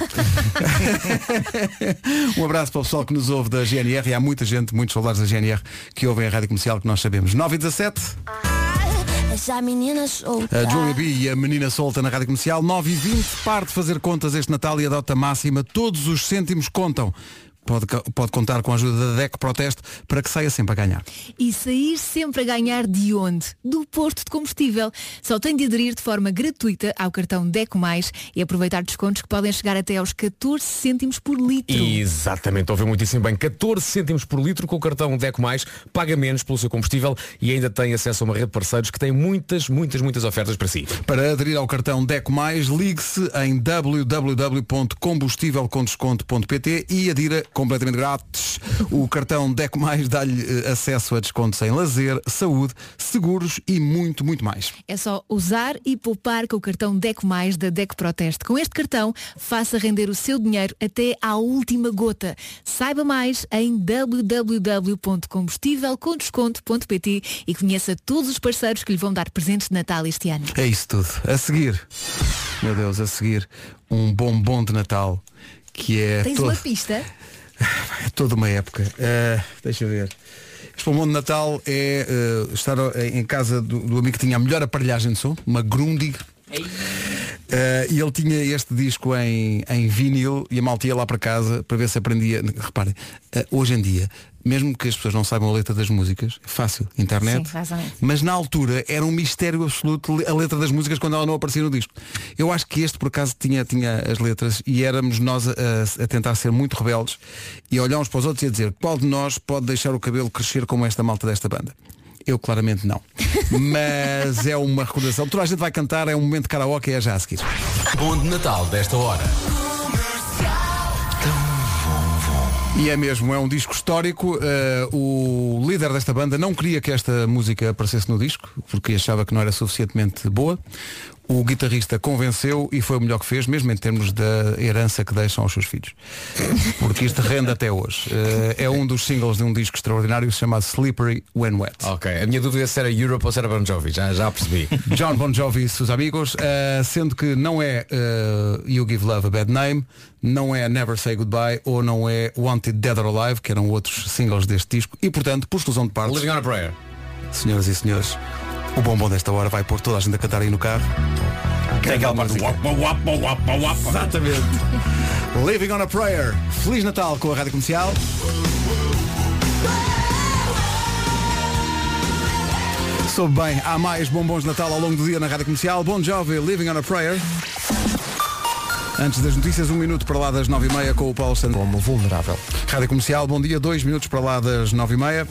B: Um abraço para o pessoal que nos ouve da G N R. E há muita gente, muitos soldados da G N R que ouvem a Rádio Comercial, que nós sabemos. nove e dezassete.
A: Essa menina solta.
B: A Julia B e a menina solta na Rádio Comercial. Nove e vinte, parte de fazer contas este Natal e adota a máxima. Todos os cêntimos contam. Pode, pode contar com a ajuda da D E C Proteste para que saia sempre a ganhar.
D: E sair sempre a ganhar de onde? Do posto de combustível. Só tem de aderir de forma gratuita ao cartão DECO Mais e aproveitar descontos que podem chegar até aos catorze cêntimos por litro.
F: Exatamente, ouviu muitíssimo bem. catorze cêntimos por litro com o cartão DECO Mais, paga menos pelo seu combustível e ainda tem acesso a uma rede de parceiros que tem muitas, muitas, muitas ofertas para si.
B: Para aderir ao cartão DECO Mais, ligue-se em w w w ponto combustível com desconto ponto p t e adira completamente grátis. O cartão DECO Mais dá-lhe eh, acesso a descontos em lazer, saúde, seguros e muito, muito mais.
D: É só usar e poupar com o cartão DECO Mais da DECO Proteste. Com este cartão, faça render o seu dinheiro até à última gota. Saiba mais em w w w ponto combustível com desconto ponto p t e conheça todos os parceiros que lhe vão dar presentes de Natal este ano.
B: É isso tudo. A seguir, meu Deus, a seguir, um bombom de Natal que é
D: Tens
B: todo,
D: uma pista?
B: é toda uma época. Uh, deixa eu ver. Este bombom de Natal é uh, estar em casa do, do amigo que tinha a melhor aparelhagem de som, uma Grundig. Uh, e ele tinha este disco em, em vinil e a malta ia lá para casa para ver se aprendia. Reparem, uh, hoje em dia, mesmo que as pessoas não saibam a letra das músicas, é fácil, internet.
D: Sim, exatamente.
B: Mas na altura era um mistério absoluto a letra das músicas quando ela não aparecia no disco. Eu acho que este por acaso tinha, tinha as letras e éramos nós a, a tentar ser muito rebeldes e a olhar uns para os outros e a dizer qual de nós pode deixar o cabelo crescer como esta malta desta banda. Eu claramente não. Mas é uma recordação. Toda a gente vai cantar, é um momento de karaoke, é já a seguir.
E: Bom de Natal desta hora.
B: E é mesmo, é um disco histórico. Uh, o líder desta banda não queria que esta música aparecesse no disco, porque achava que não era suficientemente boa. O guitarrista convenceu e foi o melhor que fez, mesmo em termos da herança que deixam aos seus filhos. Porque isto rende até hoje. Uh, é um dos singles de um disco extraordinário que se chama Slippery When Wet.
F: Ok, a minha dúvida é se era Europe ou se era Bon Jovi, já, já percebi.
B: John Bon Jovi e seus amigos, uh, sendo que não é uh, You Give Love a Bad Name, não é Never Say Goodbye ou não é Wanted Dead or Alive, que eram outros singles deste disco, e portanto, por exclusão de partes,
F: Living on a Prayer.
B: Senhoras e senhores, o bombom desta hora vai pôr toda a gente a cantar aí no carro.
K: Tem aquela parte do wap, wap, wap, wap.
B: Exatamente. Living on a Prayer. Feliz Natal com a Rádio Comercial. Soube bem, há mais bombons de Natal ao longo do dia na Rádio Comercial. Bon Jovi, Living on a Prayer. Antes das notícias, um minuto para lá das nove e meia com o Paulo Santos. Como vulnerável. Rádio Comercial, bom dia, dois minutos para lá das nove e meia.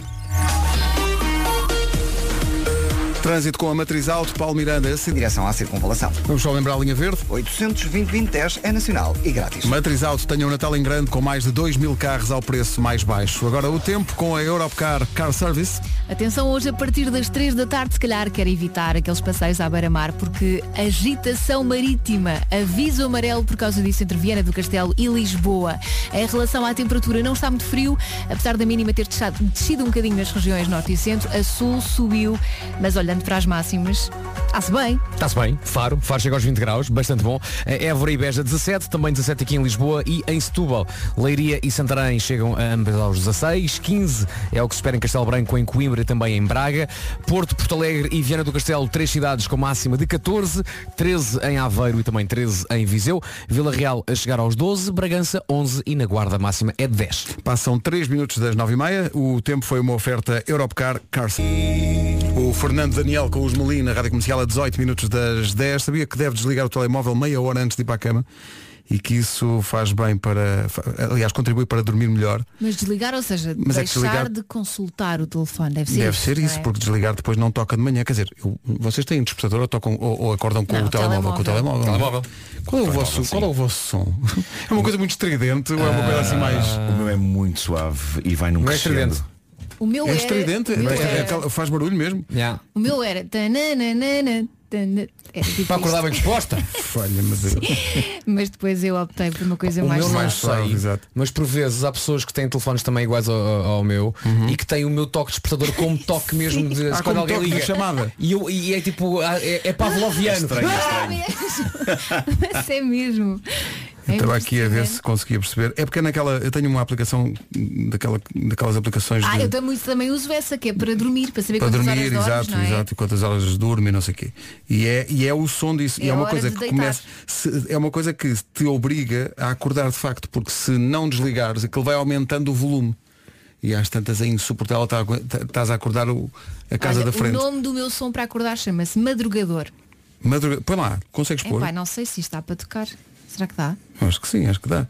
B: Trânsito com a Matriz Auto, Paulo Miranda.
C: Em direção à circunvalação.
B: Vamos só lembrar a linha verde.
C: oitocentos e vinte, vinte, dez é nacional e grátis.
B: Matriz Auto tenha um Natal em grande com mais de dois mil carros ao preço mais baixo. Agora o tempo com a Europcar Car Service.
D: Atenção, hoje a partir das três da tarde, se calhar quer evitar aqueles passeios à beira-mar, porque agitação marítima, aviso amarelo por causa disso entre Viana do Castelo e Lisboa. Em relação à temperatura, não está muito frio, apesar da mínima ter descido um bocadinho nas regiões norte e centro, a sul subiu, mas olhando para as máximas, está-se bem.
F: Está-se bem. Faro, Faro chega aos vinte graus, bastante bom. Évora e Beja dezassete, também dezassete aqui em Lisboa e em Setúbal. Leiria e Santarém chegam a ambas aos dezasseis, quinze é o que se espera em Castelo Branco, em Coimbra e também em Braga. Porto, Porto Alegre e Viana do Castelo, três cidades com máxima de catorze, treze em Aveiro e também treze em Viseu. Vila Real a chegar aos doze, Bragança onze e na Guarda máxima é de dez.
B: Passam três minutos das nove e meia. O tempo foi uma oferta Europcar Car Service. O Fernando Daniel com os Molina na Rádio Comercial a dezoito minutos das dez. Sabia que deve desligar o telemóvel meia hora antes de ir para a cama e que isso faz bem para, aliás, contribui para dormir melhor.
D: Mas desligar, ou seja,
B: Mas
D: deixar
B: é que desligar...
D: de consultar o telefone, deve ser
B: Deve
D: isso,
B: ser isso,
D: é?
B: porque desligar depois não toca de manhã. Quer dizer, eu, vocês têm um despertador ou, tocam, ou, ou acordam com
D: Não,
B: o telemóvel?
D: telemóvel.
B: Com o telemóvel.
F: Telemóvel.
B: Qual é o, vosso, qual é o vosso som? É uma coisa muito estridente ou é uma coisa assim mais...
K: O meu é muito suave e vai num
F: Não é
K: crescendo.
F: estridente.
D: O meu
B: É
D: era,
B: estridente?
D: o meu
B: É- é-
D: era-
B: aquela- faz barulho mesmo?
F: Yeah.
D: O meu era. tananana, tana- Era tipo
F: Para acordar
D: isto.
F: bem disposta.
B: Falha-me Deus.
D: Mas depois eu optei por uma coisa
F: O
D: mais
F: meu não
B: mais
D: suave.
B: suave,
F: sei,
B: exato.
F: mas por vezes há pessoas que têm telefones também iguais ao, ao- ao meu e que têm o meu toque despertador como toque mesmo de
B: Ah,
F: quando
B: como
F: alguém
B: toque de
F: liga.
B: chamada.
F: E, eu, e é tipo, ah, é, é pavloviano.
K: Estranho,
D: Ah,
K: estranho.
D: Mas é mesmo. É
B: Estava aqui a ver
D: impressionante.
B: se conseguia perceber. É porque é naquela. Eu tenho uma aplicação daquela, daquelas aplicações
D: Ah,
B: de,
D: eu também, também uso essa, que é para dormir, para saber
B: para
D: quantas
B: dormir,
D: horas dormes,
B: exato,
D: não é?
B: exato, e quantas horas dorme e não sei o quê. E é, e é o som disso.
D: É
B: e é
D: a
B: uma
D: hora
B: coisa
D: de
B: que
D: deitar.
B: começa. se- é uma coisa que te obriga a acordar de facto, porque se não desligares, aquilo vai aumentando o volume. E às tantas é insuportável, tá- tá- estás a acordar o, a casa
D: Olha,
B: da frente.
D: o nome do meu som para acordar chama-se Madrugador.
B: Madruga... Põe lá, consegues pôr?
D: Epá, não sei se isto dá para tocar. Será que dá?
B: Acho que sim, acho que dá.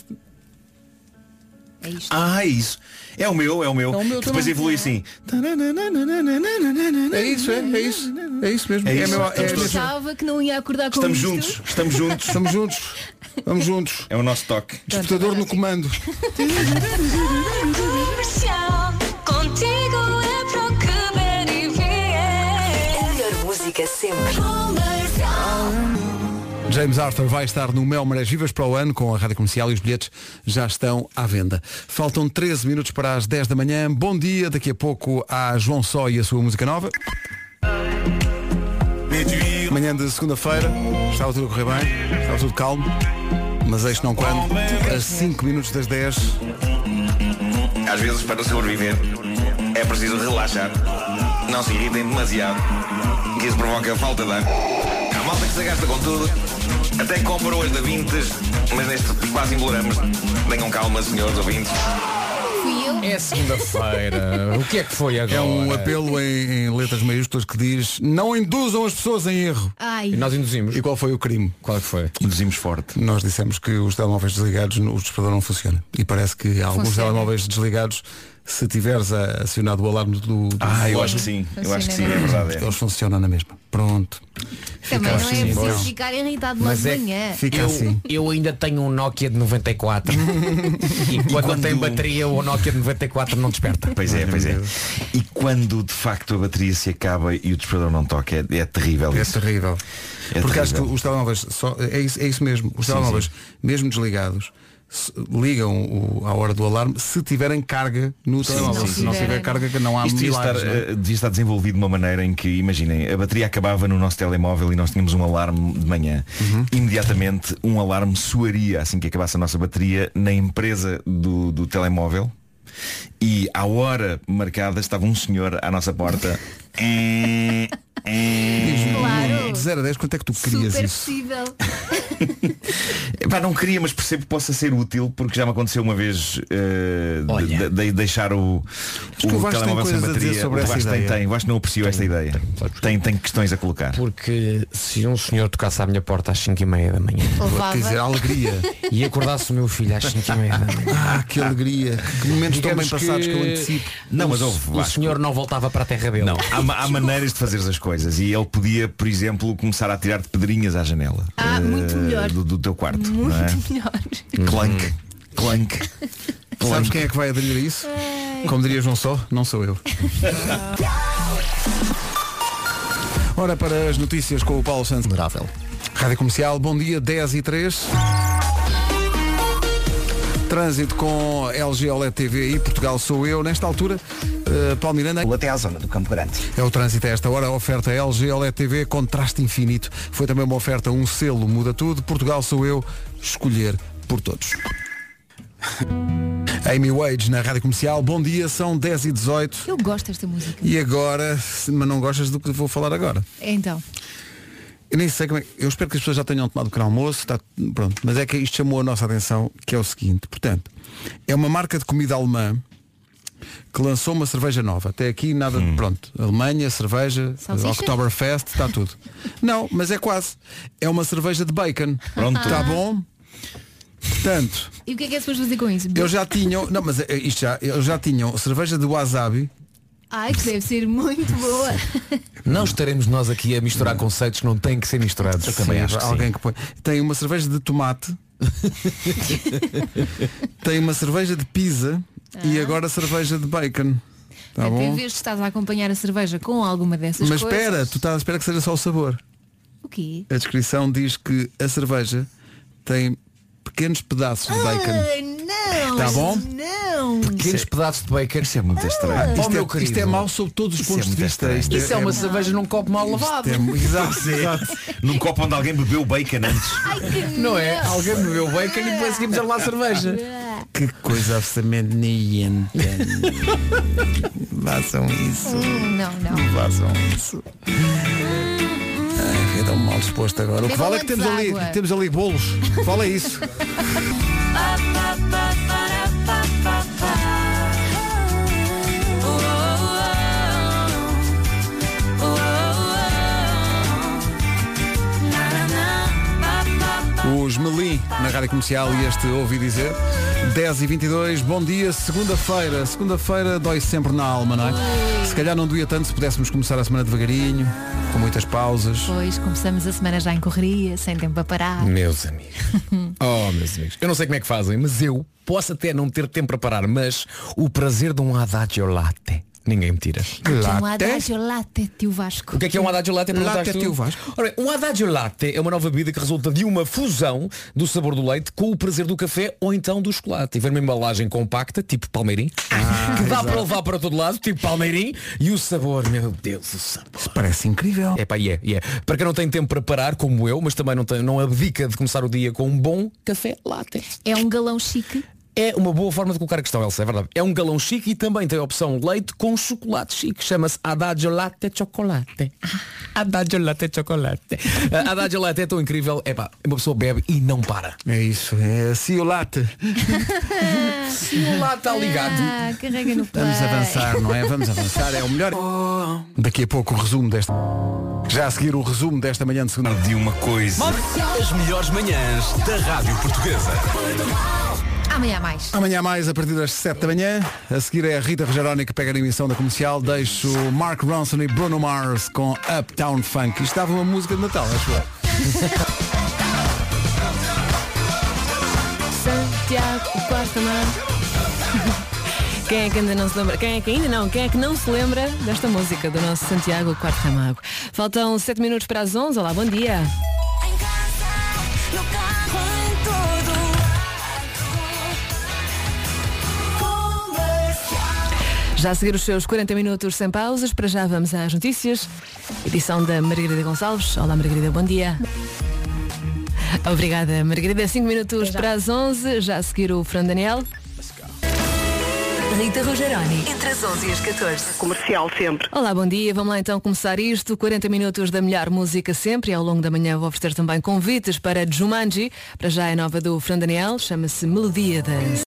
D: É isto.
K: Ah, é isso. É o meu, é o meu.
B: É o meu
K: que depois
B: também.
K: evolui assim.
B: É isso, é, é isso. É isso mesmo.
K: É
B: É
K: isso.
B: meu- é
K: Estamos
B: mesmo.
K: todos-
D: Pensava que não ia acordar com
K: Estamos
D: isto.
K: juntos, estamos juntos.
B: Estamos juntos. Vamos juntos.
K: É o nosso toque.
B: Despertador no comando.
G: Contigo é para o que der e vier. A melhor música sempre.
B: James Arthur vai estar no Mel Marés Vivas para o ano com a Rádio Comercial e os bilhetes já estão à venda. Faltam treze minutos para as dez da manhã. Bom dia, daqui a pouco há João Só e a sua música nova. Manhã de segunda-feira, estava tudo a correr bem, estava tudo calmo, mas eis não quando, a cinco minutos das dez.
K: Às vezes, para sobreviver, é preciso relaxar. Não se irritem demasiado, que isso provoca falta de ar. Há malta que se gasta com tudo, até compra hoje da Vintes, mas neste quase imploramos. Tenham calma, senhores ouvintes.
F: É segunda-feira. O que é que foi agora?
B: É um apelo em, em letras maiúsculas que diz: não induzam as pessoas em erro.
D: Ai.
F: E nós induzimos.
B: E qual foi o crime?
F: Qual é que foi?
K: Induzimos forte.
B: Nós dissemos que os telemóveis desligados, o despertador não funciona. E parece que há alguns
D: Funciona.
B: telemóveis desligados, se tiveres a- acionado o alarme do, do
K: Ah, eu
B: relógio,
K: acho que sim. Eu acho que sim,
D: Funciona
K: é verdade. é.
B: eles funcionam na mesma. Pronto.
D: Também não é
B: assim,
D: preciso
B: pois.
D: ficar irritado logo
F: Mas
D: de
F: é-
D: manhã.
B: Fica
F: Eu,
B: assim.
F: eu ainda tenho um Nokia de noventa e quatro. E quando,
K: quando-
F: tem bateria, o Nokia de noventa e quatro não desperta.
K: Pois é, pois é. E quando de facto a bateria se acaba e o despertador não toca, é, é terrível
B: É
K: isso.
B: terrível.
K: É
B: Porque acho que
K: terrível.
B: os telemóveis só, é, isso, é isso mesmo. Os
K: Sim,
B: telemóveis,
K: sim.
B: mesmo desligados, se- ligam o, à hora do alarme se tiverem carga no telemóvel.
D: sim,
B: Se não
D: sim.
B: tiver carga, que não há
K: Isto devia estar,
B: milagres. não é?
K: eh, devia estar desenvolvido de uma maneira em que, imaginem, a bateria acabava no nosso telemóvel e nós tínhamos um alarme de manhã.
B: Uhum.
K: Imediatamente um alarme soaria assim que acabasse a nossa bateria na empresa do, do telemóvel e à hora marcada estava um senhor à nossa porta. Eh, eh.
B: Diz-me,
D: Claro.
B: de zero a dez, quanto é que tu querias
D: Super
B: isso?
D: possível.
K: Epá, não queria, mas percebo que possa ser útil porque já me aconteceu uma vez eh, de-
F: Olha.
K: de, de deixar o,
B: que o
K: o
B: Vasco tem
K: telemóvel sem
B: coisas a dizer
K: bateria.
B: sobre
K: O
B: essa
K: Vasco tem,
B: ideia.
K: tem, o Vasco não apreciou esta ideia. Tem, tem questões a colocar.
F: Porque se um senhor tocasse à minha porta às cinco e meia da manhã
B: Vou-te dizer, a alegria.
F: e acordasse o meu filho às cinco e meia da manhã,
B: Ah, que alegria. Que momentos tão bem
F: digamos
B: passados que eu
F: que
B: antecipo.
K: Não, mas
F: o,
K: ouve,
F: o
K: Vasco.
F: senhor não voltava para a terra dele.
K: Não, há, ma- há maneiras de fazer as coisas e ele podia, por exemplo, começar a tirar-te pedrinhas à janela
D: Ah,
K: eh,
D: muito melhor.
K: do, do teu quarto.
D: Muito
K: não é?
D: melhor.
K: Clank, clank.
B: Sabes quem é que vai aderir a isso? Como diria João Só, não sou eu. Ora, para as notícias com o Paulo Santos.
F: Vulnerável.
B: Rádio Comercial, bom dia, dez e três. Trânsito com L G O L E D T V e Portugal Sou Eu. Nesta altura, uh, Paulo Miranda.
C: Até à zona do Campo Grande.
B: É o trânsito a esta hora, a oferta L G O L E D T V, contraste infinito. Foi também uma oferta, um selo, muda tudo. Portugal Sou Eu, escolher por todos. Amy Wage na Rádio Comercial, bom dia, são dez e dezoito.
D: Eu gosto desta música.
B: E agora, mas não gostas do que vou falar agora?
D: Então.
B: Eu nem sei como é. Eu espero que as pessoas já tenham tomado o pequeno almoço, está, pronto. Mas é que isto chamou a nossa atenção, que é o seguinte, portanto, é uma marca de comida alemã que lançou uma cerveja nova. Até aqui nada de pronto. Alemanha, cerveja,
D: Salsicha?
B: Oktoberfest, está tudo. Não, mas é quase. É uma cerveja de bacon.
K: Pronto.
B: Está bom? Portanto,
D: E o que é que é suposto fazer com isso?
B: eu já tinha. Não, mas é, isto já, eu já tinha cerveja de wasabi.
D: Ai, que deve ser muito boa.
F: Não estaremos nós aqui a misturar conceitos que não têm que ser misturados.
B: Eu também acho que alguém que põe. Tem uma cerveja de tomate. Tem uma cerveja de pizza e agora cerveja de bacon. Tá
D: Portanto, em
B: bom?
D: vez de estás a acompanhar a cerveja com alguma dessas
B: Mas
D: coisas.
B: espera, tu estás a esperar que seja só o sabor.
D: O quê?
B: A descrição diz que a cerveja tem pequenos pedaços de bacon.
D: Ai, não!
B: Tá bom?
D: Não!
F: Pequenos pedaços de bacon.
K: Isso é muito estranho.
F: Oh,
B: Isto,
F: meu
B: é,
F: querido.
B: isto é mau sob todos os
K: Isso
B: pontos
K: é
B: de
K: muito
B: vista.
K: estranho.
B: Isto
F: Isso é uma cerveja num copo mal lavado.
B: isto é- exato, exato.
K: Num copo onde alguém bebeu bacon antes.
D: Ai, que
F: Não é? Alguém bebeu bacon e depois seguimos a lá a cerveja.
B: Que coisa absolutamente nojenta. Façam isso.
D: Hum, Não, não.
B: Façam isso. Ai, fiquei tão mal disposto agora. O que
D: Bebam
B: vale é que temos
D: antes
B: ali,
D: água.
B: temos ali bolos. Fala isso. Os Melim na Rádio Rádio Comercial e este Ouvi Dizer. dez e vinte e dois, bom dia, segunda-feira. Segunda-feira dói sempre na alma, não é? Se calhar não doía tanto se pudéssemos começar a semana devagarinho, com muitas pausas.
D: Pois, começamos a semana já em correria, sem tempo para parar.
F: Meus amigos. Oh, meus amigos. Eu não sei como é que fazem, mas eu posso até não ter tempo para parar, mas o prazer de um adagio latte ninguém me tira.
D: Um adagio latte, tio Vasco.
F: O que é que é um adagio latte?
B: Latte, tio Vasco.
F: Ora, um adagio latte é uma nova bebida que resulta de uma fusão do sabor do leite com o prazer do café ou então do chocolate. E vem uma embalagem compacta, tipo palmeirim,
B: Ah,
F: que dá
B: exato.
F: para levar para todo lado, tipo palmeirim, e o sabor, meu Deus, o sabor.
B: Isso parece incrível.
F: É pá, e é, e é. Para quem não tem tempo para parar, como eu, mas também não, tem, não abdica de começar o dia com um bom café latte.
D: É um galão chique.
F: É uma boa forma de colocar a questão, Elsa, é verdade. É um galão chique e também tem a opção leite com chocolate chique. Chama-se Adagio Latte Chocolate. Adagio Latte Chocolate. Uh, Adagio Latte é tão incrível. É pá, uma pessoa bebe e não para.
B: É isso, é ciolate.
F: Se o lá está ligado.
D: Ah, carrega no play.
B: Vamos avançar, não é? Vamos avançar, é o melhor. Daqui a pouco o resumo desta. Já a seguir o resumo desta manhã de segunda.
K: De uma coisa.
E: As melhores manhãs da Rádio Portuguesa.
D: Amanhã mais.
B: Amanhã mais, a partir das sete da manhã. A seguir é a Rita Rogeroni que pega a emissão da Comercial. Deixo Mark Ronson e Bruno Mars com Uptown Funk. Isto estava uma música de Natal, acho eu.
L: Santiago, o quarto mar. Quem é que ainda não se lembra? Quem é que ainda não? Quem é que não se lembra desta música do nosso Santiago, o quarto Ramalho? Faltam sete minutos para as onze. Olá, bom dia. Já a seguir os seus quarenta minutos sem pausas, para já vamos às notícias. Edição da Margarida Gonçalves. Olá, Margarida, bom dia. Obrigada, Margarida. cinco minutos para as onze, já a seguir o Fran Daniel.
G: Rita Rogeroni, entre as onze e as catorze.
L: Comercial sempre. Olá, bom dia. Vamos lá então começar isto. quarenta minutos da melhor música sempre. E ao longo da manhã vou oferecer também convites para Jumanji. Para já é nova do Fran Daniel. Chama-se Melodia da